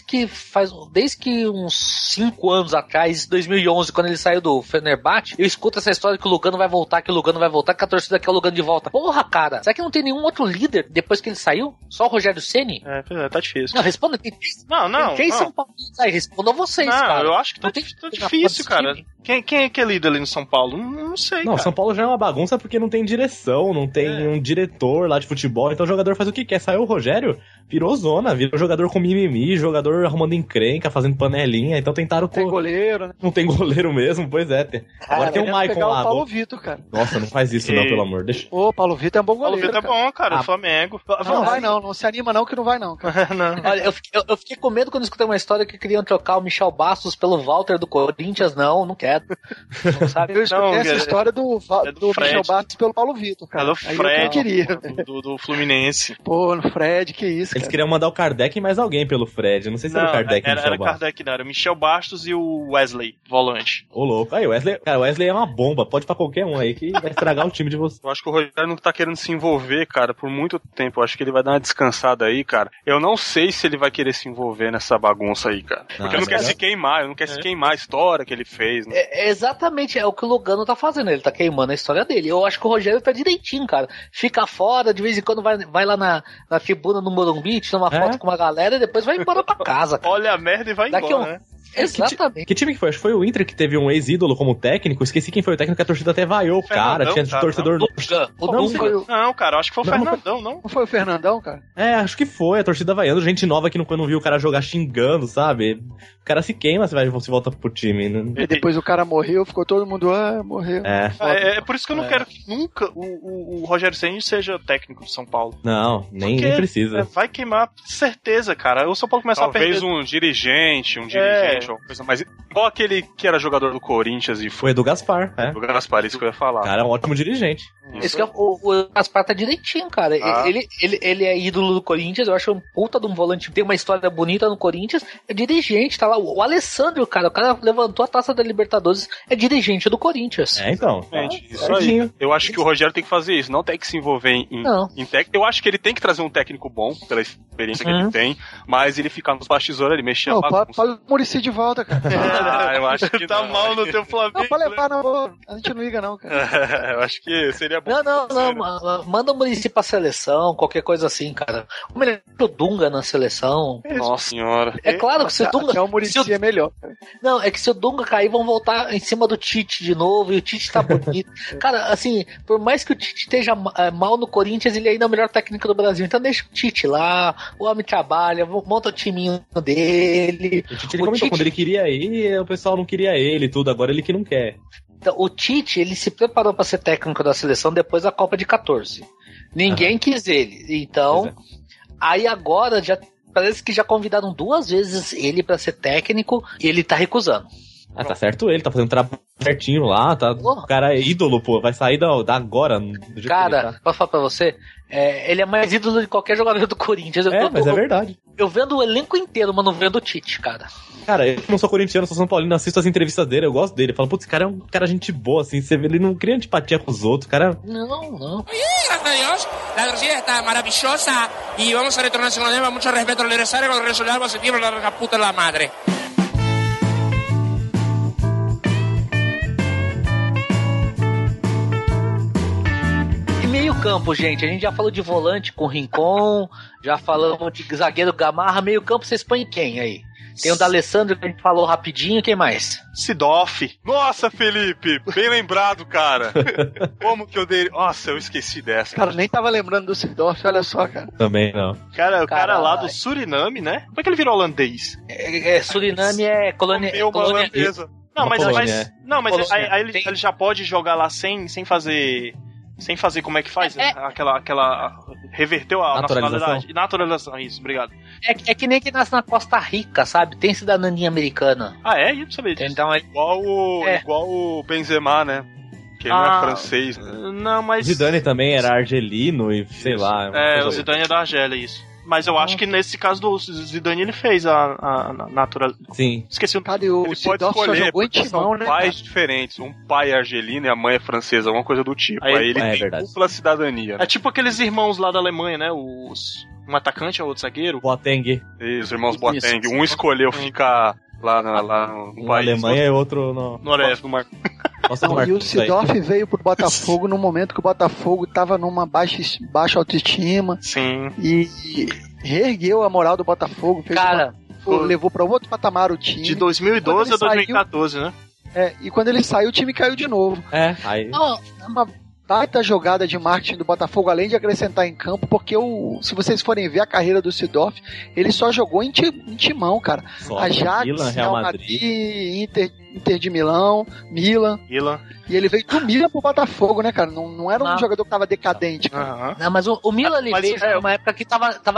que uns 5 anos atrás, 2011, quando ele saiu do Fenerbahçe, eu escuto essa história que o Lugano vai voltar, que a torcida quer o Lugano de volta. Porra, cara, será que não tem nenhum outro líder depois que ele saiu? Só o Rogério Ceni? Tá difícil. Não, responda. Quem São Paulo? Respondam vocês, cara. Eu acho que tá difícil, cara. Quem é que é líder ali no São Paulo? Não sei, cara. São Paulo já é uma bagunça porque não tem direção, não tem um diretor lá de futebol, então o jogador faz o que quer. Saiu o Rogério, virou zona, virou jogador com mimimi, jogador arrumando encrenca, fazendo panelinha, então tentaram... Tem goleiro, né? Não tem goleiro mesmo, pois Pois é. Agora tem o Maicon pegar lá. o Paulo Vitor, cara. Nossa, não faz isso não, pelo amor. Deixa... Ô, Paulo Vitor é um bom Paulo goleiro, Vitor é bom, cara, Flamengo. Não vai não se anima não que não vai não, cara. Não. Olha, eu fiquei com medo quando escutei uma história que queriam trocar o Michel Bastos pelo Walter do Corinthians. Não quero. Não sabe? Eu escutei Não, essa história do Fred. Michel Bastos pelo Paulo Vitor, cara. É do Aí Fred, eu queria. do Fluminense. Pô, no Fred, que isso, Eles cara. queriam mandar o Kardec e mais alguém pelo Fred. Eu não sei se era o Kardec e o Michel era Bastos. Kardec, não. Era o Michel Bastos e o Wesley, volante. Ô, louco. Aí, o Wesley é uma bomba. Pode ir pra qualquer um aí que vai estragar o time de você. Eu acho que o Rogério não tá querendo se envolver, cara, por muito tempo. Eu acho que ele vai dar uma descansada aí, cara. Eu não sei se ele vai querer se envolver nessa bagunça aí, cara. Porque ele não quer se queimar, ele não quer se queimar a história que ele fez, né? Exatamente, é o que o Lugano tá fazendo. Ele tá queimando a história dele. Eu acho que o Rogério tá direitinho, cara. Fica fora, de vez em quando vai lá na tribuna no Morumbi, tira uma foto com uma galera e depois vai embora pra casa, cara. Olha a merda e vai embora, né? Exatamente. Que time que foi? Acho que foi o Inter que teve um ex-ídolo como técnico. Esqueci quem foi o técnico, que a torcida até vaiou o cara. Tinha torcedor... Não, cara, acho que foi o Fernandão, não? Não foi o Fernandão, cara? É, acho que foi. A torcida vaiando. Gente nova que não viu o cara jogar xingando, sabe? O cara se queima se volta pro time. Né? E depois o cara morreu, ficou todo mundo, morreu. É por isso que eu não quero que nunca o Rogério Ceni seja técnico do São Paulo. Não, nem precisa. Vai queimar, certeza, cara. O São Paulo começar a perder... Talvez um dirigente, alguma coisa mais... Igual aquele que era jogador do Corinthians e foi do Gaspar, Do Gaspar, isso que eu ia falar. Cara, é um ótimo dirigente. Esse que o Gaspar tá direitinho, cara. Ele é ídolo do Corinthians, eu acho um puta de um volante, tem uma história bonita no Corinthians, é dirigente, tá lá. O Alessandro, cara, o cara levantou a taça da Libertadores, é dirigente do Corinthians. Então. Isso aí. Eu acho que o Rogério tem que fazer isso, não tem que se envolver em técnico. Eu acho que ele tem que trazer um técnico bom, pela experiência que ele tem, mas ele ficar nos bastidores, ele mexer a bagunça. Fala o Muricy de volta, cara. Eu acho que tá mal no teu Flamengo. Não, pode levar, não. A gente não liga, não, cara. Eu acho que seria bom. Não, manda o Muricy pra seleção, qualquer coisa assim, cara. O melhor é o Dunga na seleção. Nossa senhora. É claro que se o Dunga... Até o Muricy é melhor. Não, é que se o Dunga cair, vão voltar em cima do Tite de novo, e o Tite tá bonito. Cara, assim, por mais que o Tite esteja mal no Corinthians, ele ainda é o melhor técnico do Brasil. Então deixa o Tite lá, o homem trabalha, monta o timinho dele. O Tite, ele comentou, quando ele queria ir, o pessoal não queria ele e tudo, agora ele que não quer. Então, o Tite, ele se preparou para ser técnico da seleção depois da Copa de 14. Ninguém quis ele. Então, aí agora parece que já convidaram 2 vezes ele para ser técnico e ele tá recusando. Tá certo ele, tá fazendo trabalho certinho lá, tá. O cara é ídolo, pô, vai sair da agora. Do jeito cara, que ele tá. posso falar pra você? Ele é mais ídolo de qualquer jogador do Corinthians. Mas é verdade. Eu vendo o elenco inteiro, mas não vendo o Tite, cara. Cara, eu não sou corintiano, sou São Paulino, assisto as entrevistas dele, eu gosto dele. Eu falo, putz, esse cara é um cara gente boa, assim, você vê, ele não cria antipatia com os outros, cara. Não. Gracias a Dios, la torcida está maravillosa y vamos a retornar con el mucho respeto al adversario con el resultado positivo la puta de la madre. Meio campo, gente, a gente já falou de volante com Rincon, já falamos de zagueiro Gamarra, meio campo vocês põem quem aí? Tem o D'Alessandro que a gente falou rapidinho, quem mais? Sidoff. Nossa, Felipe, bem lembrado, cara. Como que eu dei... Nossa, eu esqueci dessa. Cara, nem tava lembrando do Sidoff, olha só, cara. Também não. Cara, o cara lá do Suriname, né? Como é que ele virou holandês? Suriname é colônia holandesa. Não, mas aí ele já pode jogar lá sem fazer como é que faz? Aquela reverteu a nacionalidade. Naturalização, isso, obrigado. É que nem que nasce na Costa Rica, sabe? Tem cidadania americana. Ah, é? Eu não sabia disso. Então, igual o Benzema, né? Que ele não é francês. Né? Não, mas... O Zidane também era argelino e sei lá. O Zidane é da Argélia, isso. Mas eu acho que nesse caso do Zidane ele fez a natural. Sim. Esqueci o nome. Ele pode escolher, são pais diferentes. Um pai é argelino e a mãe é francesa, alguma coisa do tipo. Aí ele tem dupla cidadania. É tipo aqueles irmãos lá da Alemanha, né? Um atacante, o outro zagueiro. Boateng. Isso, irmãos Boateng. Um escolheu ficar lá no país. Na Alemanha e outro no Oeste, no Mar. Nossa, e o Sidoff veio pro Botafogo no momento que o Botafogo tava numa baixa autoestima. Sim. E reergueu a moral do Botafogo. Levou pra outro patamar o time. De 2012 a 2014, né? E quando ele saiu, o time caiu de novo. Aí... baita jogada de marketing do Botafogo, além de acrescentar em campo, porque se vocês forem ver a carreira do Seedorf, ele só jogou em timão, cara. Só Ajax, Milan, Real Madrid, Inter de Milão, Milan. E ele veio do Milan pro Botafogo, né, cara? Não era um jogador que tava decadente, cara. Não, mas o Milan ele veio numa época que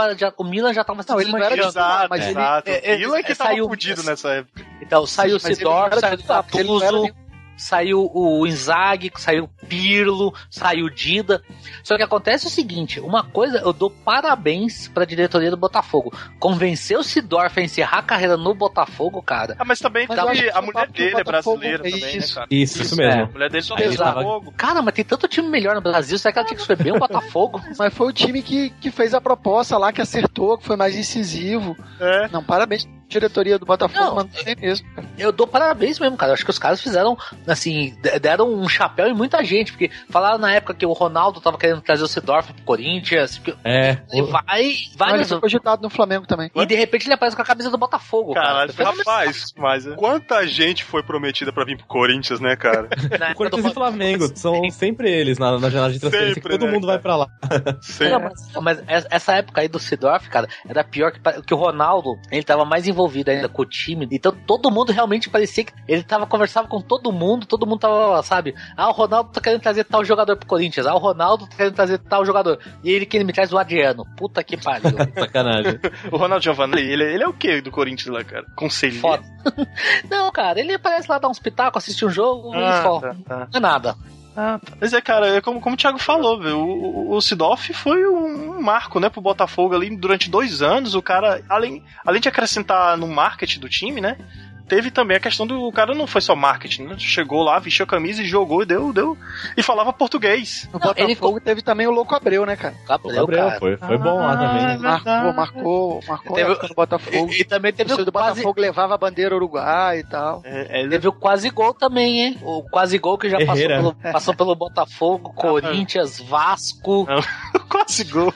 o Milan já tava... Não, ele não era de Exato, mas exato. ele... O Milan que tava fudido nessa época. Então, saiu o Seedorf, saiu o Gattuso, ele saiu o Inzaghi, saiu o Pirlo, saiu o Dida. Só que acontece o seguinte, uma coisa, eu dou parabéns pra diretoria do Botafogo. Convenceu o Seedorf a encerrar a carreira no Botafogo, cara. Mas também a mulher dele é brasileira também, né, cara? Isso mesmo. A mulher dele só Aí fez ele tava- Botafogo. Cara, mas tem tanto time melhor no Brasil, será que ela tinha que escolher bem o Botafogo? Mas foi o time que fez a proposta lá, que acertou, que foi mais incisivo. É. Não, parabéns pra diretoria do Botafogo, Não, mantém mesmo. Eu dou parabéns mesmo, cara. Eu acho que os caras fizeram, assim, deram um chapéu em muita gente, porque falaram na época que o Ronaldo tava querendo trazer o Seedorf pro Corinthians, porque ele vai Mas ele nos... foi cogitado no Flamengo também. E de repente ele aparece com a camisa do Botafogo, Caralho, cara. rapaz, mas... Quanta gente foi prometida pra vir pro Corinthians, né, cara? Na época O Corinthians do- e Flamengo são sempre eles na janela de transferência, Sempre, que todo né, mundo vai pra lá. Não, mas essa época aí do Seedorf, cara, era pior que o Ronaldo, ele tava mais envolvido ainda com o time, então todo mundo realmente parecia que ele conversava com todo mundo tava, sabe, o Ronaldo tá querendo trazer tal jogador pro Corinthians, o Ronaldo tá querendo trazer tal jogador, e ele que ele me traz o Adriano, puta que pariu. Sacanagem. O Ronaldo Giovanni, ele é o quê do Corinthians lá, cara? Conselheiro? Foda. Não, cara, ele aparece lá, dar uns pitacos, assistir um jogo e só. tá. Não é nada. Mas cara, é como o Thiago falou, velho, o Seedorf foi um marco, né, pro Botafogo ali durante 2 anos. O cara, além de acrescentar no marketing do time, né, teve também a questão do cara não foi só marketing, né? Chegou lá, vestiu a camisa e jogou, deu. E falava português. No Botafogo teve também o Louco Abreu, né, cara? Gabriel, cara. Foi bom lá também. Marcou Teve- época no Botafogo. E também teve O do o quase, Botafogo levava a bandeira uruguai e tal. teve o quase gol também, hein? O quase gol que já Herrera. passou pelo Botafogo, Corinthians, Vasco. Quase gol.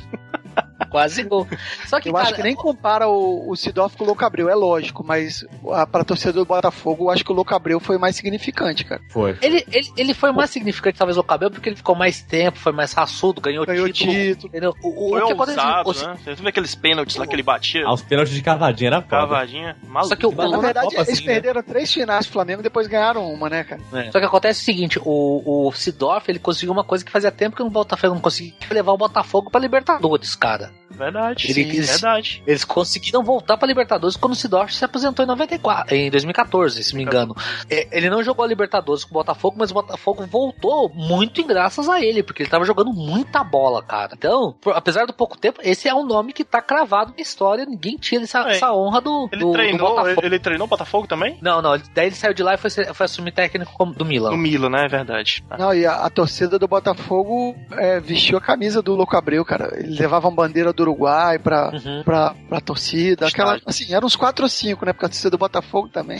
Quase gol. Só que, Eu cara, acho que nem compara o Seedorf com o Louco Abreu, é lógico, mas pra torcida do Botafogo, eu acho que o Louco Abreu foi mais significante, cara. Foi. ele foi mais significante, talvez, o cabelo, porque ele ficou mais tempo, foi mais raçudo, ganhou título. Entendeu? Foi O que aconteceu? ousado, né? Você viu aqueles pênaltis lá que ele batia? Os pênaltis de cavadinha era foda. Cavadinha, maluco. Só que o- Mas, na verdade, Copa, eles assim, né? perderam 3 finais do Flamengo e depois ganharam uma, né, cara? Só que acontece o seguinte, o Seedorf, ele conseguiu uma coisa que fazia tempo que o Botafogo não conseguia, que foi levar o Botafogo pra Libertadores, cara. Verdade, Eles- verdade. Eles conseguiram voltar pra Libertadores quando o Seedorf se aposentou em 2014, se não me engano. Ele não jogou a Libertadores com o Botafogo, mas o Botafogo voltou muito graças a ele, porque ele tava jogando muita bola, cara. Então, apesar do pouco tempo, esse é um nome que tá cravado na história, ninguém tira essa honra do Botafogo. Ele treinou o Botafogo também? Não, daí ele saiu de lá e foi assumir técnico do Milan. No Milan, né? É verdade. Não, e a torcida do Botafogo vestiu a camisa do Louco Abreu, cara. Eles levavam bandeira do Uruguai pra torcida. Aquela, assim, eram uns 4 ou 5, né? Porque a torcida do Botafogo também.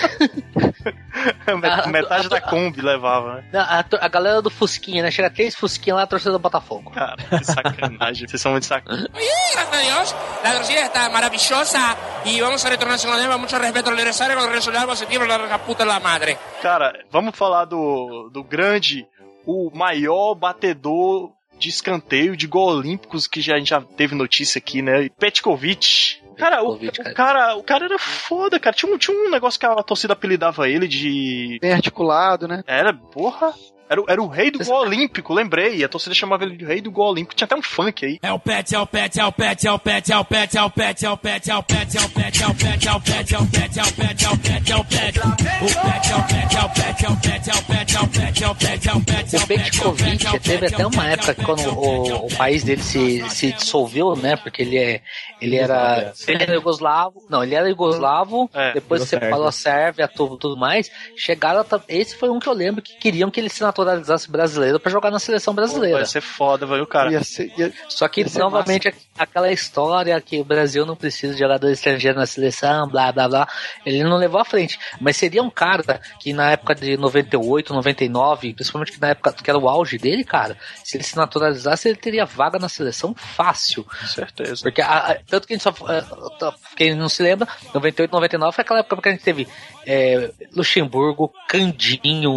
Metade da Kombi levava, né? Não, a galera do Fusquinha, né? Chega 3 Fusquinha lá, a torcida do Botafogo. Cara, que sacanagem. Vocês são muito sacanagem. Gracias a Dios, la torcida está maravillosa y vamos a retornar con los demás. Mucho respeto al adversario con el resultado positivo, la puta de la madre. Cara, vamos falar do grande, o maior batedor de escanteio, de gol olímpicos que a gente já teve notícia aqui, né? Petkovic. Cara, o cara era foda, cara. Tinha um negócio que a torcida apelidava ele de... Bem articulado, né? Era, porra... Era o rei do gol olímpico, lembrei. A torcida chamava ele de rei do gol olímpico. Tinha até um funk aí. É o pet, é o pet, é o pet, é o pet, é o pet, é o pet, é o pet, é o pet, é o pet, é o pet, é o pet, é o pet, é o pet, é o pet, é o pet. O pet é o pet, é o pet, é o pet, é o pet, é o pet, é o pet, é o pet. O Petkovic teve até uma época que quando o país dele se dissolveu, né? Porque ele era jugoslavo. Não, ele era jugoslavo. Depois separou a Sérvia, tudo mais. Chegaram esse foi um que eu lembro que queriam que ele se naturalizasse brasileiro pra jogar na seleção brasileira. Vai ser foda, vai o cara. Só que novamente aquela história que o Brasil não precisa de jogador estrangeiro na seleção, blá blá blá, ele não levou à frente. Mas seria um cara que na época de 98, 99, principalmente que na época que era o auge dele, cara, se ele se naturalizasse, ele teria vaga na seleção fácil. Com certeza. Porque tanto que a gente só. Quem não se lembra, 98, 99 foi aquela época que a gente teve Luxemburgo, Candinho.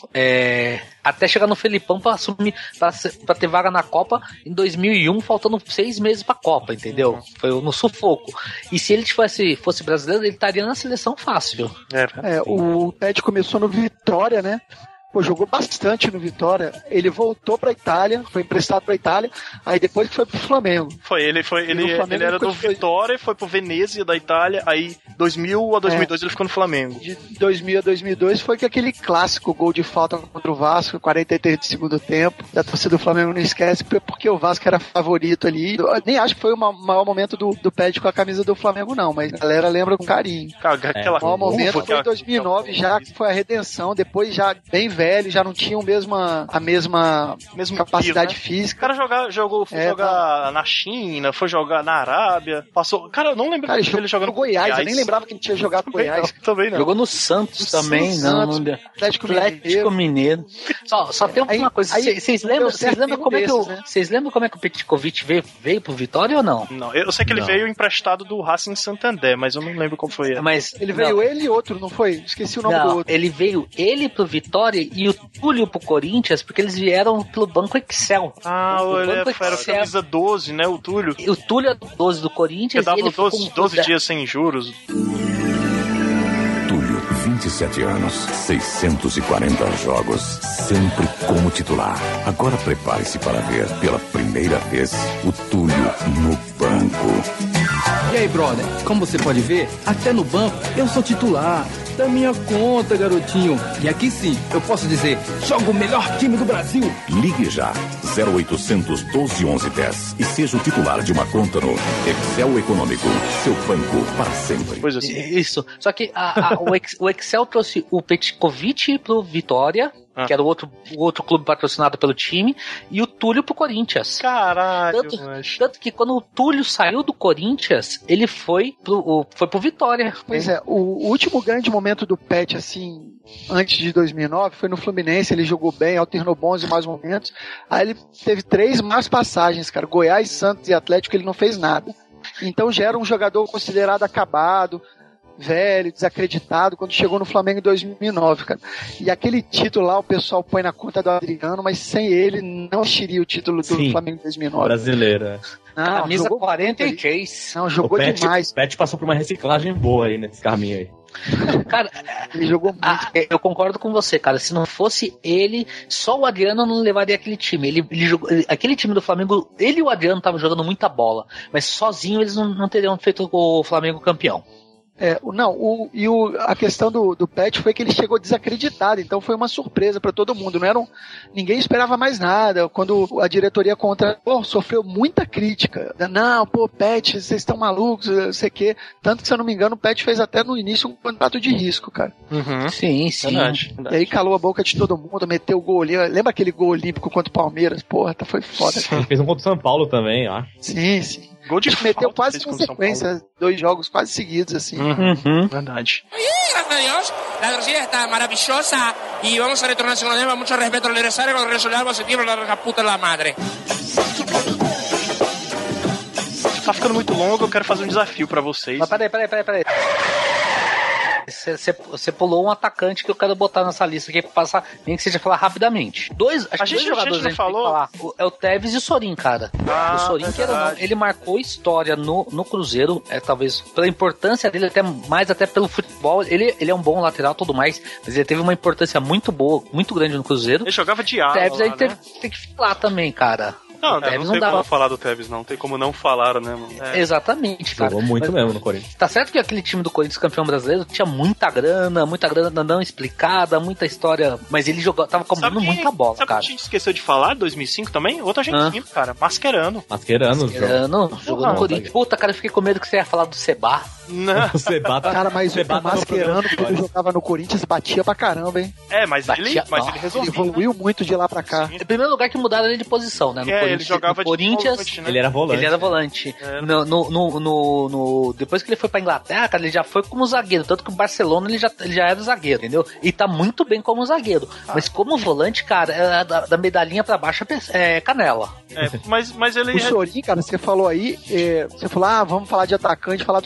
até chegar no Felipão pra assumir, pra ter vaga na Copa em 2001, faltando 6 meses pra Copa, entendeu? Foi no sufoco. E se ele fosse brasileiro, ele estaria na seleção fácil. O Pet começou no Vitória, né? Pô, jogou bastante no Vitória. Ele voltou pra Itália, foi emprestado pra Itália, aí depois que foi pro Flamengo. Ele era do Vitória, foi pro Venezia da Itália, aí 2000 a 2002 ele ficou no Flamengo. De 2000 a 2002 foi que aquele clássico gol de falta contra o Vasco, 43 de segundo tempo. A torcida do Flamengo não esquece, porque o Vasco era favorito ali. Eu nem acho que foi o maior momento do Pet com a camisa do Flamengo, não, mas a galera lembra com carinho. Aquela o maior momento foi em 2009, já que foi a redenção, depois já bem velho, já não tinham a mesma capacidade física. O cara foi jogar na China, foi jogar na Arábia, passou... Cara, eu não lembro ele jogando no Goiás. Eu nem lembrava que ele tinha jogado no Goiás. Também não. Jogou no Santos também, não. Atlético Mineiro. Só tem uma coisa, vocês lembram como é que o Petkovic veio pro Vitória ou não? Não, eu sei que ele veio emprestado do Racing Santander, mas eu não lembro como foi. Mas ele veio ele e outro, não foi? Esqueci o nome do outro. Ele veio pro Vitória e o Túlio pro Corinthians, porque eles vieram pelo Banco Excel. Era a camisa 12, né, o Túlio. O Túlio é 12 do Corinthians. Dava 12 dias sem juros. Túlio, 27 anos, 640 jogos, sempre como titular. Agora prepare-se para ver, pela primeira vez, o Túlio no banco. E aí, brother, como você pode ver, até no banco eu sou titular. Da minha conta, garotinho. E aqui sim, eu posso dizer, jogo o melhor time do Brasil. Ligue já, 0800 12 11 10 e seja o titular de uma conta no Excel Econômico, seu banco para sempre. Pois assim. Isso, só que o Excel trouxe o Petkovic pro Vitória, que era o outro clube patrocinado pelo time, e o Túlio pro Corinthians. Caralho, tanto que quando o Túlio saiu do Corinthians, ele foi pro Vitória. Pois é, o último grande momento do Pet, assim, antes de 2009, foi no Fluminense. Ele jogou bem, alternou bons e maus momentos. Aí ele teve 3 más passagens, cara. Goiás, Santos e Atlético, ele não fez nada. Então já era um jogador considerado acabado, velho, desacreditado, quando chegou no Flamengo em 2009, cara. E aquele título lá, o pessoal põe na conta do Adriano, mas sem ele não existiria o título do Flamengo em 2009. Brasileira. Não, camisa jogou 43. Não, jogou demais. O Pet passou por uma reciclagem boa aí nesse caminho aí. Cara, ele jogou muito. Eu concordo com você, cara. Se não fosse ele, só o Adriano não levaria aquele time. Ele jogou, aquele time do Flamengo, ele e o Adriano estavam jogando muita bola, mas sozinho eles não teriam feito o Flamengo campeão. A questão do Pet foi que ele chegou desacreditado, então foi uma surpresa para todo mundo. Ninguém esperava mais nada. Quando a diretoria sofreu muita crítica. Não, Pet, vocês estão malucos, não sei o quê. Tanto que, se eu não me engano, o Pet fez até no início um contrato de risco, cara. Uhum. Sim. Verdade. E aí calou a boca de todo mundo, meteu o gol ali. Lembra aquele gol olímpico contra o Palmeiras? Porra, foi foda. Ele fez um contra o São Paulo também, ó. Sim. Gol de meteu quase em sequência, 2 jogos quase seguidos, assim. Verdade. Gracias a Dios, la torcida está maravillosa y vamos a retornar al segundo tiempo. Mucho respeto al adversario, con el resultado positivo, la puta la madre. Tá ficando muito longo, eu quero fazer um desafio pra vocês. Mas peraí. Você pulou um atacante que eu quero botar nessa lista aqui pra passar, nem que seja falar rapidamente. Dois jogadores que falou. Falar, é o Tevez e o Sorin, cara. O Sorin, ele marcou história no Cruzeiro, talvez pela importância dele, até pelo futebol. Ele é um bom lateral, tudo mais, mas ele teve uma importância muito boa, muito grande no Cruzeiro. Ele jogava de ala. Tevez aí tem que falar também, cara. Não tem como falar do Tevez, não. Tem como não falar, né, mano? Exatamente, cara. Jogou muito mesmo no Corinthians. Tá certo que aquele time do Corinthians campeão brasileiro tinha muita grana não explicada, muita história, mas ele tava comendo muita bola, cara. Sabe que a gente esqueceu de falar, 2005 também? Outro argentino, cara. Mascherano jogou no Corinthians. Puta, cara, eu fiquei com medo que você ia falar do Seba. Não. O Seba cara, mas o Mascherano, quando jogava no Corinthians, batia pra caramba, hein? Mas ele resolveu. Ele evoluiu muito de lá pra cá. Em primeiro lugar que mudaram ele de posição, né? No Corinthians, ele jogava no Corinthians, volante, né? Ele era volante. Depois que ele foi pra Inglaterra, cara, ele já foi como zagueiro. Tanto que o Barcelona ele já era zagueiro, entendeu? E tá muito bem como zagueiro. Mas como volante, cara, da medalhinha pra baixo é canela. Mas ele... O Sorin, cara, você falou aí, você falou, vamos falar de atacante, falar do Sorin. O Sorin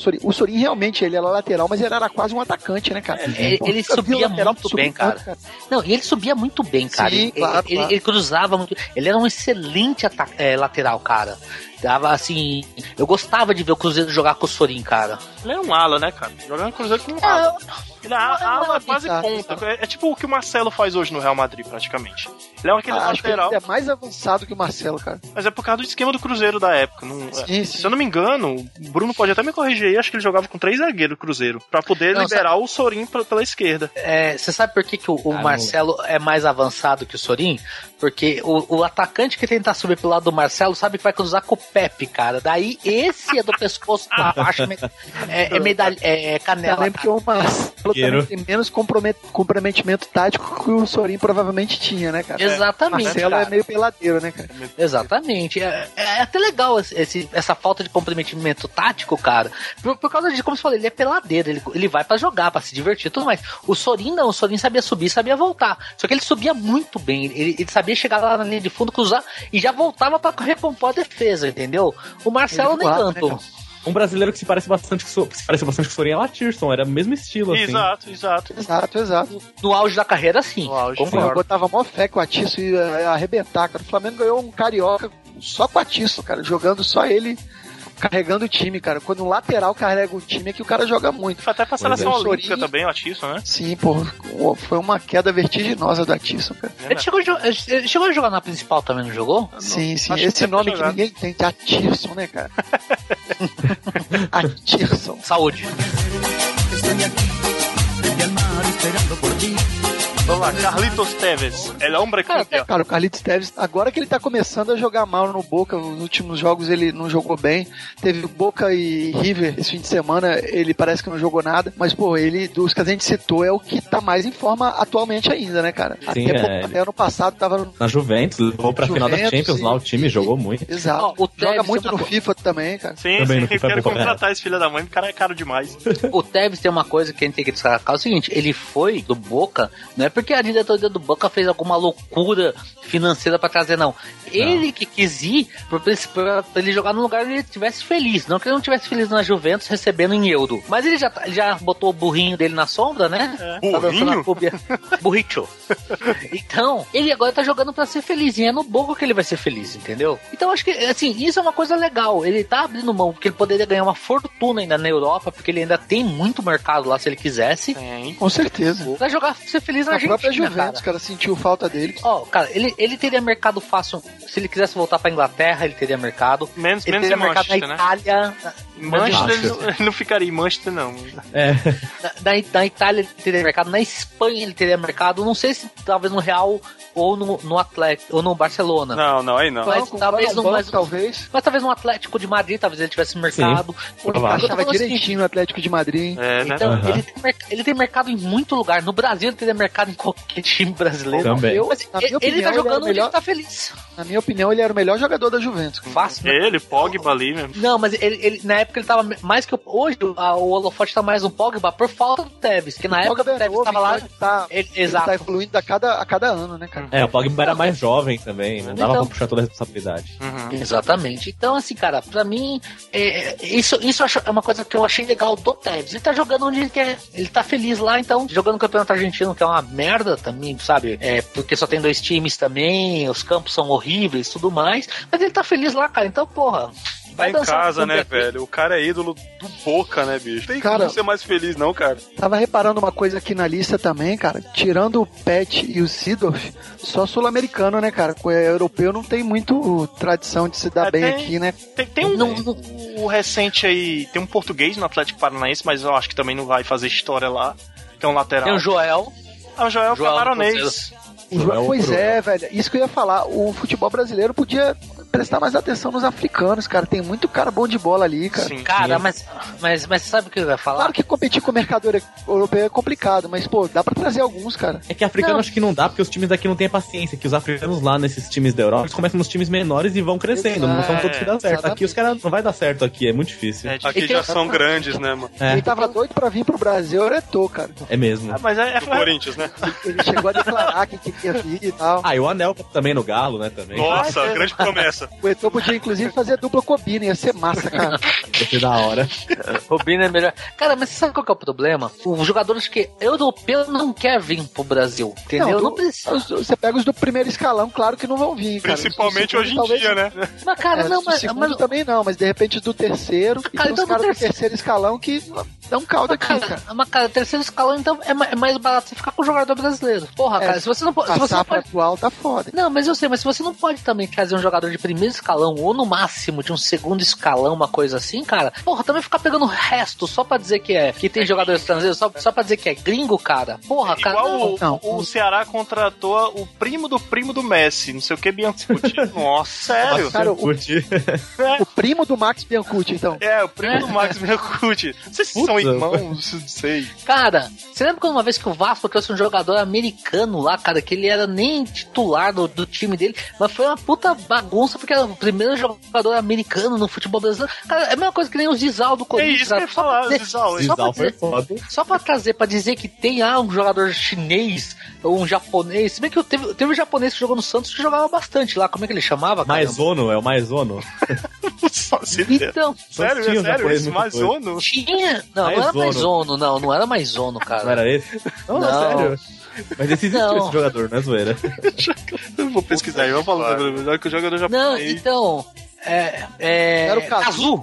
Sorin realmente, ele era lateral, mas ele era quase um atacante, né, cara? Ele subia muito bem, cara. Não, e ele subia muito bem, cara. Sim, claro. Ele cruzava muito. Ele era um excelente lateral, cara. Dava assim. Eu gostava de ver o Cruzeiro jogar com o Sorin, cara. Ele é um ala, né, cara? Jogando Cruzeiro com um ala. Ele é ala quase ponta. É tipo o que o Marcelo faz hoje no Real Madrid, praticamente. Ele é aquele lateral. Ele é mais avançado que o Marcelo, cara. Mas é por causa do esquema do Cruzeiro da época. Sim. Se eu não me engano, o Bruno pode até me corrigir aí, acho que ele jogava com 3 zagueiros do Cruzeiro, pra poder liberar o Sorin pela esquerda. Você sabe por que o Marcelo é mais avançado que o Sorin? Porque o atacante que tentar subir pelo lado do Marcelo sabe que vai cruzar com o Pepe, cara. Daí esse é do pescoço pra baixo, canela. Eu lembro que o Marcelo também tem menos comprometimento tático que o Sorin provavelmente tinha, né, cara? Exatamente. O Marcelo é meio peladeiro, né, cara? Exatamente. É até legal essa falta de comprometimento tático, cara. Por causa de, como você falou, ele é peladeiro. Ele vai pra jogar, pra se divertir e tudo mais. O Sorin não. O Sorin sabia subir, sabia voltar. Só que ele subia muito bem. Ele sabia chegar lá na linha de fundo, cruzar e já voltava pra recompor a defesa, entendeu? O Marcelo nem tanto. Né, um brasileiro que se parece bastante com o Sorin é o Atirson, era o mesmo estilo, assim. Exato. No auge da carreira, sim. Eu botava mó fé que o Atirson ia arrebentar, cara. O Flamengo ganhou um carioca só com o Atirson, cara, jogando só ele, carregando o time, cara. Quando um lateral carrega o time é que o cara joga muito. Foi até pra seleção olímpica também, o Atisson, né? Sim, pô. Foi uma queda vertiginosa do Atisson, cara. Ele chegou a jogar na principal também, não jogou? Sim. Esse nome que ninguém tem, de Atisson, né, cara? Atirson. Saúde. Vamos lá, Carlitos Tevez. Ele é homem campeão. Cara, o Carlitos Tevez, agora que ele tá começando a jogar mal no Boca, nos últimos jogos ele não jogou bem. Teve Boca e River esse fim de semana, ele parece que não jogou nada. Mas, pô, ele, dos que a gente citou, é o que tá mais em forma atualmente ainda, né, cara? Sim, até ano passado tava na Juventus, levou pra final da Champions lá, o time jogou muito. Exato. Joga muito no FIFA também, cara. Sim, eu quero contratar esse filho da mãe, o cara é caro demais. O Tevez tem uma coisa que a gente tem que destacar, é o seguinte, ele foi do Boca, não é porque a diretoria do Boca fez alguma loucura financeira pra trazer, não. Ele que quis ir pra ele jogar num lugar onde ele estivesse feliz. Não que ele não estivesse feliz na Juventus recebendo em euro. Mas ele já botou o burrinho dele na sombra, né? Tá dançando a cúbia. Burricho. Então, ele agora tá jogando pra ser feliz. E é no Boca que ele vai ser feliz, entendeu? Então, acho que, assim, isso é uma coisa legal. Ele tá abrindo mão, porque ele poderia ganhar uma fortuna ainda na Europa, porque ele ainda tem muito mercado lá se ele quisesse. Com certeza. Vai jogar, ser feliz na Argentina. Juventus, cara, sentiu falta dele. Cara, ele teria mercado fácil. Se ele quisesse voltar pra Inglaterra, ele teria mercado. Menos teria mercado Manchester, na Itália. Manchester ele não ficaria em Manchester, não. Na Itália ele teria mercado. Na Espanha ele teria mercado. Não sei se talvez no Real ou no Atlético ou no Barcelona. Não, aí não. Mas talvez mas talvez no Atlético de Madrid, talvez ele tivesse mercado. Achava direitinho no Atlético de Madrid. Então, ele tem mercado em muito lugar. No Brasil ele teria mercado em qualquer time brasileiro. Também. Ele tá jogando onde ele tá feliz. Na minha opinião, ele era o melhor jogador da Juventus. Fácil, né? Ele, Pogba ali mesmo. Não, mas ele na época ele tava mais que hoje o holofote tá mais no Pogba por falta do Tevez, que na época o Tevez tava lá. Ele tá evoluindo a cada ano, né, cara? O Pogba era mais jovem também, não dava pra puxar toda a responsabilidade. Exatamente. Então, assim, cara, pra mim, isso é uma coisa que eu achei legal do Tevez. Ele tá jogando onde ele quer, ele tá feliz lá, então, jogando no Campeonato Argentino, que é uma merda também, sabe? Porque só tem 2 times também, os campos são horríveis, tudo mais, mas ele tá feliz lá, cara, então, porra. Tá em casa, né, velho? O cara é ídolo do Boca, né, bicho? Tem como ser mais feliz, não, cara? Tava reparando uma coisa aqui na lista também, cara. Tirando o Pet e o Seedorf, só sul-americano, né, cara? O europeu não tem muito tradição de se dar bem aqui, né? Tem um recente aí, tem um português no Atlético Paranaense, mas eu acho que também não vai fazer história lá. Tem um lateral. Tem o Joel. O Joel Camaronês. Pois é, velho. Isso que eu ia falar. O futebol brasileiro podia prestar mais atenção nos africanos, cara. Tem muito cara bom de bola ali, cara. Sim, cara, mas sabe o que eu ia falar? Claro que competir com o mercado europeu é complicado, mas, pô, dá pra trazer alguns, cara. É que africano acho que não dá, porque os times daqui não têm paciência. Que os africanos lá nesses times da Europa, eles começam nos times menores e vão crescendo. Não são todos que dão certo. Aqui os caras não vai dar certo aqui, é muito difícil. Aqui já são grandes, né, mano? Ele tava doido pra vir pro Brasil, oretou, cara. É mesmo. Mas é Corinthians, né? Ele chegou a declarar que queria vir e tal. E o Anel também no Galo, né, também. Nossa, grande promessa. O Eto'o podia, inclusive, fazer dupla Cobina, ia ser massa, cara. Vai ser da hora. Rubinho é melhor. Cara, mas sabe qual que é o problema? Os jogadores que europeu não quer vir pro Brasil, entendeu? Não precisa. Você pega os do primeiro escalão, claro que não vão vir, cara. Principalmente hoje em dia, né? Mas, cara, não, mas... segundo também não, mas de repente do terceiro, e tem os caras do terceiro escalão que dão caldo aqui, cara. Mas, cara, terceiro escalão, então, é mais barato você ficar com o jogador brasileiro. Porra, cara, se você não pode... A safra atual tá foda. Não, mas eu sei, mas se você não pode também trazer um jogador de primeiro escalão, ou no máximo de um segundo escalão, uma coisa assim, cara, porra, também ficar pegando o resto só pra dizer que tem jogador estrangeiro, só pra dizer que é gringo, cara. Porra, cara. Igual o Ceará contratou o primo do Messi, não sei o que, Biancucci. Nossa, sério? Cara, o primo do Max Biancucci, então. É, o primo do Max Biancucci. Não sei se são irmãos, não sei. Cara, você lembra quando uma vez que o Vasco trouxe um jogador americano lá, cara, que ele era nem titular do time dele, mas foi uma puta bagunça, porque era o primeiro jogador americano no futebol brasileiro. Cara, é a mesma coisa que nem o Zizal do Corinthians. É isso que eu ia falar, Zizal foi foda. Só pra trazer, pra dizer que tem um jogador chinês ou um japonês. Se bem que teve um japonês que jogou no Santos que jogava bastante lá. Como é que ele chamava? Maizono, é o Maizono. Então, sério isso? Maizono? Tinha. Não era Maizono, não era Maizono, cara. Não era esse? Não, sério. Mas esse existiu, esse jogador, não é zoeira. Eu vou pesquisar aí, vou falar que o jogador japonês. Não, então. Era o Kazu,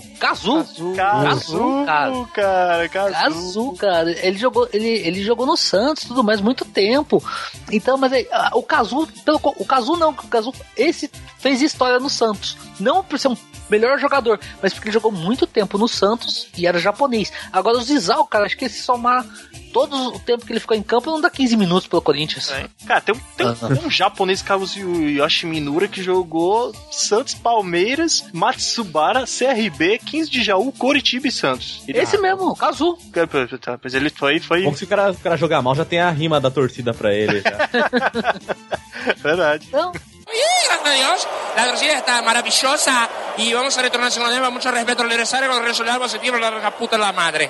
cara. Ele jogou no Santos e tudo mais muito tempo. Então, mas o Kazu esse fez história no Santos. Não por ser um melhor jogador, mas porque ele jogou muito tempo no Santos e era japonês. Agora o Zizal, cara, acho que se somar todo o tempo que ele ficou em campo, não dá 15 minutos pelo Corinthians. Cara, tem um japonês, Kazuyo Yoshiminura, que jogou Santos, Palmeiras, Matsubara, CRB, 15 de Jaú, Coritiba e Santos. Esse mesmo, o Kazu. Mas ele foi... Bom, se o cara jogar mal, já tem a rima da torcida pra ele. Já. Verdade. Não. Y gracias a Dios, la torcida está maravillosa y vamos a retornar sin problema. Mucho respeto al adversario, con el resultado positivo, la puta la madre.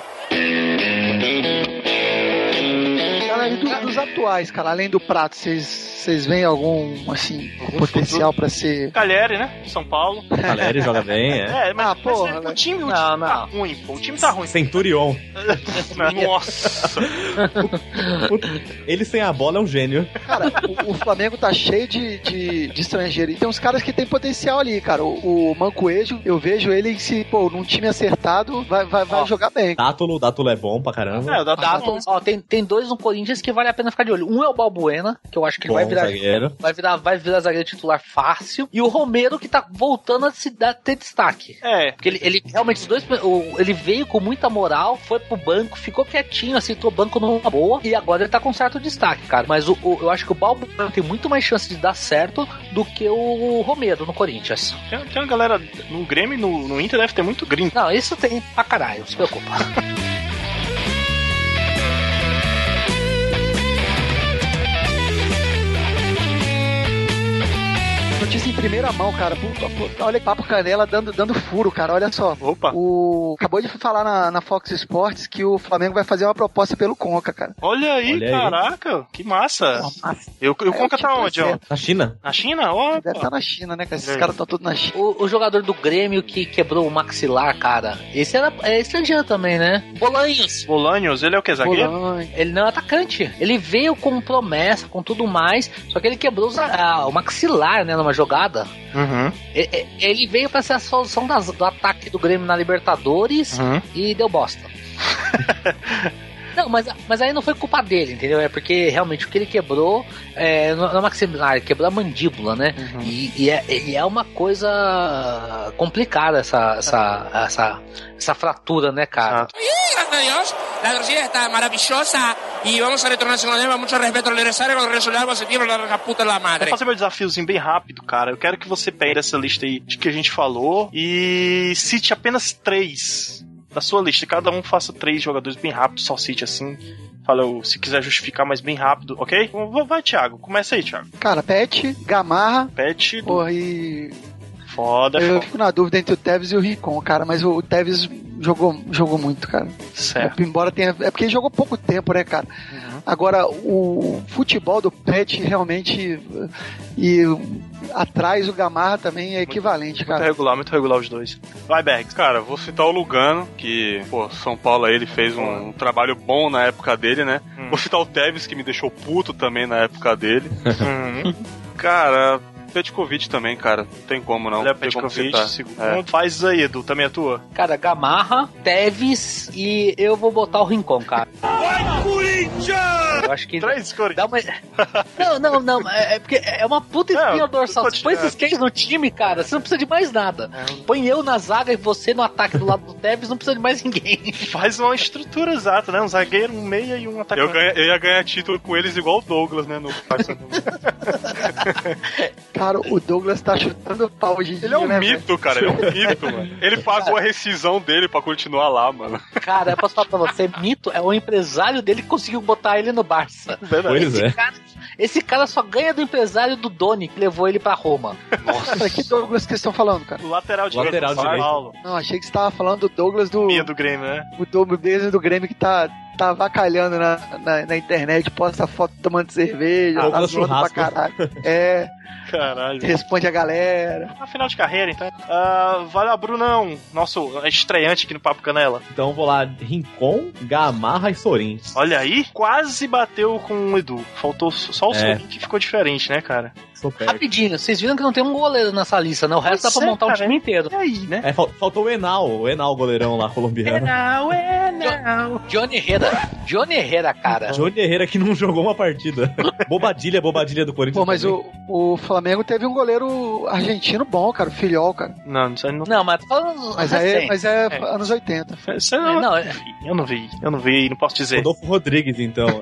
Cara, e dos atuais, cara, além do Prato, vocês veem algum, assim, potencial pra ser... Cagliari, né? São Paulo. Cagliari joga bem, mas o time tá ruim, pô. O time tá ruim. Centurion. Nossa. Ele sem a bola é um gênio. Cara, o Flamengo tá cheio de estrangeiro. E tem uns caras que tem potencial ali, cara. O Mancoejo, eu vejo ele, se, pô, num time acertado, vai jogar bem. Dátulo é bom pra caramba. O Dátulo. Ó, tem dois no Corinthians que vale a pena ficar de olho. Um é o Balbuena, que eu acho que ele vai virar zagueiro titular fácil. E o Romero, que tá voltando a ter destaque. Porque ele realmente, os dois, ele veio com muita moral, foi pro banco, ficou quietinho, aceitou o banco numa boa, e agora ele tá com certo destaque, cara. Mas eu acho que o Balbuena tem muito mais chance de dar certo do que o Romero no Corinthians. Tem uma galera no Grêmio e no Inter deve ter muito gringo. Não, isso tem pra caralho, não se preocupa. Notícia em primeira mão, cara. Puta, olha, Papo Canela dando furo, cara. Olha só. Opa. Acabou de falar na Fox Sports que o Flamengo vai fazer uma proposta pelo Conca, cara. Olha aí, caraca. Que massa. E o Conca tá onde, ó? Na China. Na China? Ó. Deve estar na China, né, cara? Esses caras estão todos na China. O jogador do Grêmio que quebrou o maxilar, cara. Esse é estrangeiro também, né? Bolanhos, ele é o que, zagueiro? Ele não é atacante. Ele veio com promessa, com tudo mais, só que ele quebrou o maxilar, né, numa jogada. Uhum. Ele veio pra ser a solução do ataque do Grêmio na Libertadores e deu bosta. Não, mas aí não foi culpa dele, entendeu? É porque realmente o que ele quebrou não é maxilar, ele quebrou a mandíbula, né? Uhum. E é uma coisa complicada essa fratura, né, cara? Gracias a Dios, la torcida está maravillosa y vamos a retornar sin problema. Mucho respeto al adversario, con el resultado positivo, la puta la madre. Vou fazer meu desafiozinho bem rápido, cara. Eu quero que você pegue essa lista aí de que a gente falou e cite apenas 3 da sua lista. Cada um faça 3 jogadores bem rápido, só cite assim. Fala, se quiser justificar, mas bem rápido, ok? Vai, Thiago. Começa aí, Thiago. Cara, Pet, Gamarra. Porra, e... Foda. Eu fico na dúvida entre o Tevez e o Rincon, cara, mas o Tevez Jogou muito, cara. Certo. Embora tenha... É porque ele jogou pouco tempo, né, cara? Agora, o futebol do Pet realmente... E atrás o Gamarra também é equivalente, cara. Muito regular os dois. Vai, Bergs. Cara, vou citar o Lugano, que, pô, São Paulo aí, ele fez um trabalho bom na época dele, né? Vou citar o Tevez, que me deixou puto também na época dele. Cara... Petkovic também, cara. Não tem como não. Olha, Petkovic, segundo. Faz aí, Edu, também é tua? Cara, Gamarra, Tevez e eu vou botar o Rincon, cara. Vai, Corinthians! Eu acho que... Três dá uma... Não. É porque é uma puta espinha dorsal. Você põe esses três no time, cara, você não precisa de mais nada. Põe eu na zaga e você no ataque do lado do Tevez, não precisa de mais ninguém. Faz uma estrutura exata, né? Um zagueiro, um meia e um atacante. Eu ia ganhar título com eles igual o Douglas, né? No Cara, o Douglas tá chutando pau hoje em dia. Ele é um né, mito, velho? cara. Ele é um mito, mano. Ele pagou a rescisão dele pra continuar lá, mano. Cara, eu posso falar pra você, mito é o empresário dele que conseguiu botar ele no Barça. Pois Esse cara só ganha do empresário do Doni, que levou ele pra Roma. Nossa, que Douglas que vocês estão falando, cara? O lateral direito do São Paulo. Não, achei que você tava falando do Douglas do Grêmio, né? O Douglas do Grêmio que tá avacalhando na internet, posta foto tomando cerveja, tá zoando pra caralho. Caralho. Responde a galera. Na final de carreira, então. Vai lá, Brunão, nosso estreante aqui no Papo Canela. Então vou lá, Rincon, Gamarra e Sorin. Olha aí, quase bateu com o Edu. Faltou só o Sorin que ficou diferente, né, cara? Rapidinho, vocês viram que não tem um goleiro nessa lista, né? O resto dá pra montar o time inteiro. E aí, né? Faltou o Enal goleirão lá, colombiano. Enal. Johnny Herrera, cara. Johnny Herrera que não jogou uma partida. Bobadilha do Corinthians. Pô, mas o Flamengo teve um goleiro argentino bom, cara, o Filhol, cara. Não, isso aí não. Não, mas falando. Mas é anos 80. Eu não vi, não posso dizer. Rodolfo Rodrigues, então.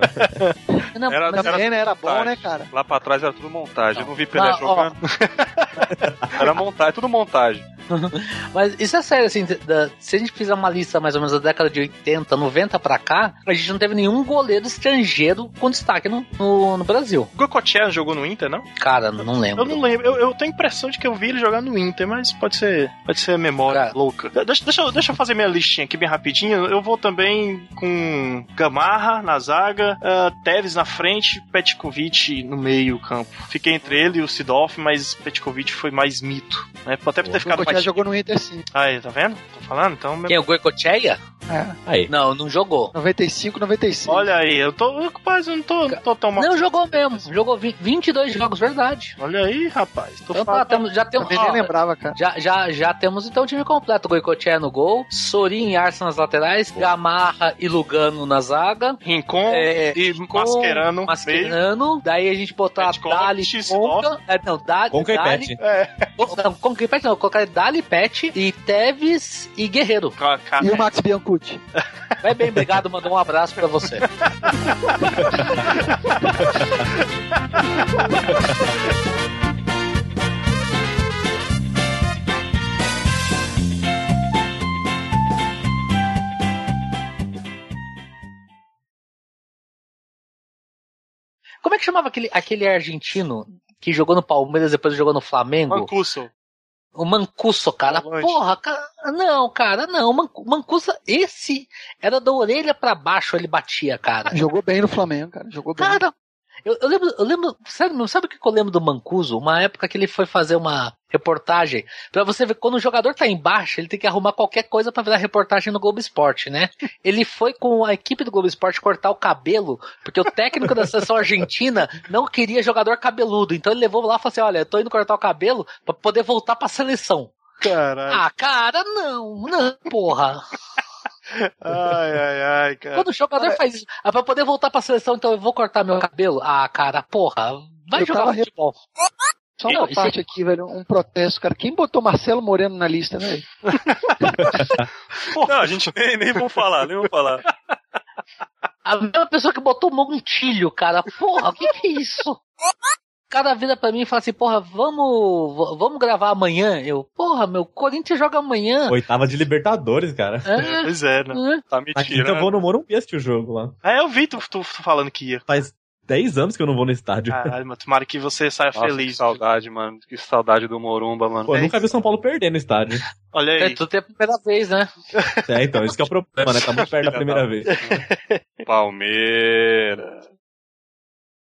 Era bom, né, cara? Lá pra trás era tudo montagem. Eu não vi Pelé jogando. Era montagem, tudo montagem. Mas isso é sério, assim, se a gente fizer uma lista mais ou menos da década de 80, 90 pra cá, a gente não teve nenhum goleiro estrangeiro com destaque no Brasil. O Goicoechea jogou no Inter, não? Cara, não lembro. Eu não lembro. Eu tenho a impressão de que eu vi ele jogar no Inter, mas pode ser memória louca. Deixa eu fazer minha listinha aqui bem rapidinho. Eu vou também com Gamarra na zaga, Tevez na frente, Petkovic no meio campo. Fiquei entre ele e o Sidorf, mas Petkovic foi mais mito, né? Pode até ter ficado mais... jogou no Inter, sim. Aí, tá vendo? Tô falando, então... Quem, o Goicoechea? Aí. Não jogou. 95, 96. Olha aí, rapaz, eu não tô tão mal. Não, jogou mesmo. Jogou 22 jogos, verdade. Olha aí, rapaz. Então já temos... Eu nem lembrava, cara. Já temos, então, o time completo. Goicoechea no gol, Sorin e Arson nas laterais, Gamarra e Lugano na zaga, Rincon e Mascherano. Daí a gente botar Dali, Conca... Conca e Pet. Conca e Pet não, colocar Dali, Pet e Tevez e Guerreiro. E o Max Biancucci. Vai bem, obrigado, mandou um abraço pra você. Como é que chamava aquele argentino que jogou no Palmeiras e depois jogou no Flamengo? Mancuso. O Mancuso, cara. Porra, cara. Não. O Mancuso, esse era da orelha pra baixo, ele batia, cara. Jogou bem no Flamengo, cara. Jogou bem. Cara, eu lembro, sério, sabe o que eu lembro do Mancuso? Uma época que ele foi fazer uma reportagem, pra você ver, quando o jogador tá embaixo, ele tem que arrumar qualquer coisa pra virar reportagem no Globo Esporte, né? Ele foi com a equipe do Globo Esporte cortar o cabelo, porque o técnico da seleção argentina não queria jogador cabeludo, então ele levou lá e falou assim, olha, eu tô indo cortar o cabelo pra poder voltar pra seleção. Caralho. Ah, cara, não, porra. Ai, cara. Quando o jogador faz isso, pra poder voltar pra seleção, então eu vou cortar meu cabelo? Ah, cara, porra, vai jogar futebol. Só uma parte aqui, velho, um protesto, cara. Quem botou Marcelo Moreno na lista, velho? Não, a gente nem vou falar, A mesma pessoa que botou Montilho, cara. Porra, o que é isso? O cara vira pra mim e fala assim, porra, vamos gravar amanhã? Porra, meu, Corinthians joga amanhã. 8ª de Libertadores, cara. Pois é, né? Tá me tirando. Eu vou no Morumbi assistir o jogo lá. Eu vi tu falando que ia. Faz 10 anos que eu não vou no estádio. Caralho, mas tomara que você saia feliz. Que saudade, mano. Que saudade do Morumba, mano. Pô, eu nunca vi o São Paulo perder no estádio. Olha aí. Tudo é a primeira vez, né? Então, esse que é o problema, né? Tá muito perto da primeira vez. Palmeiras.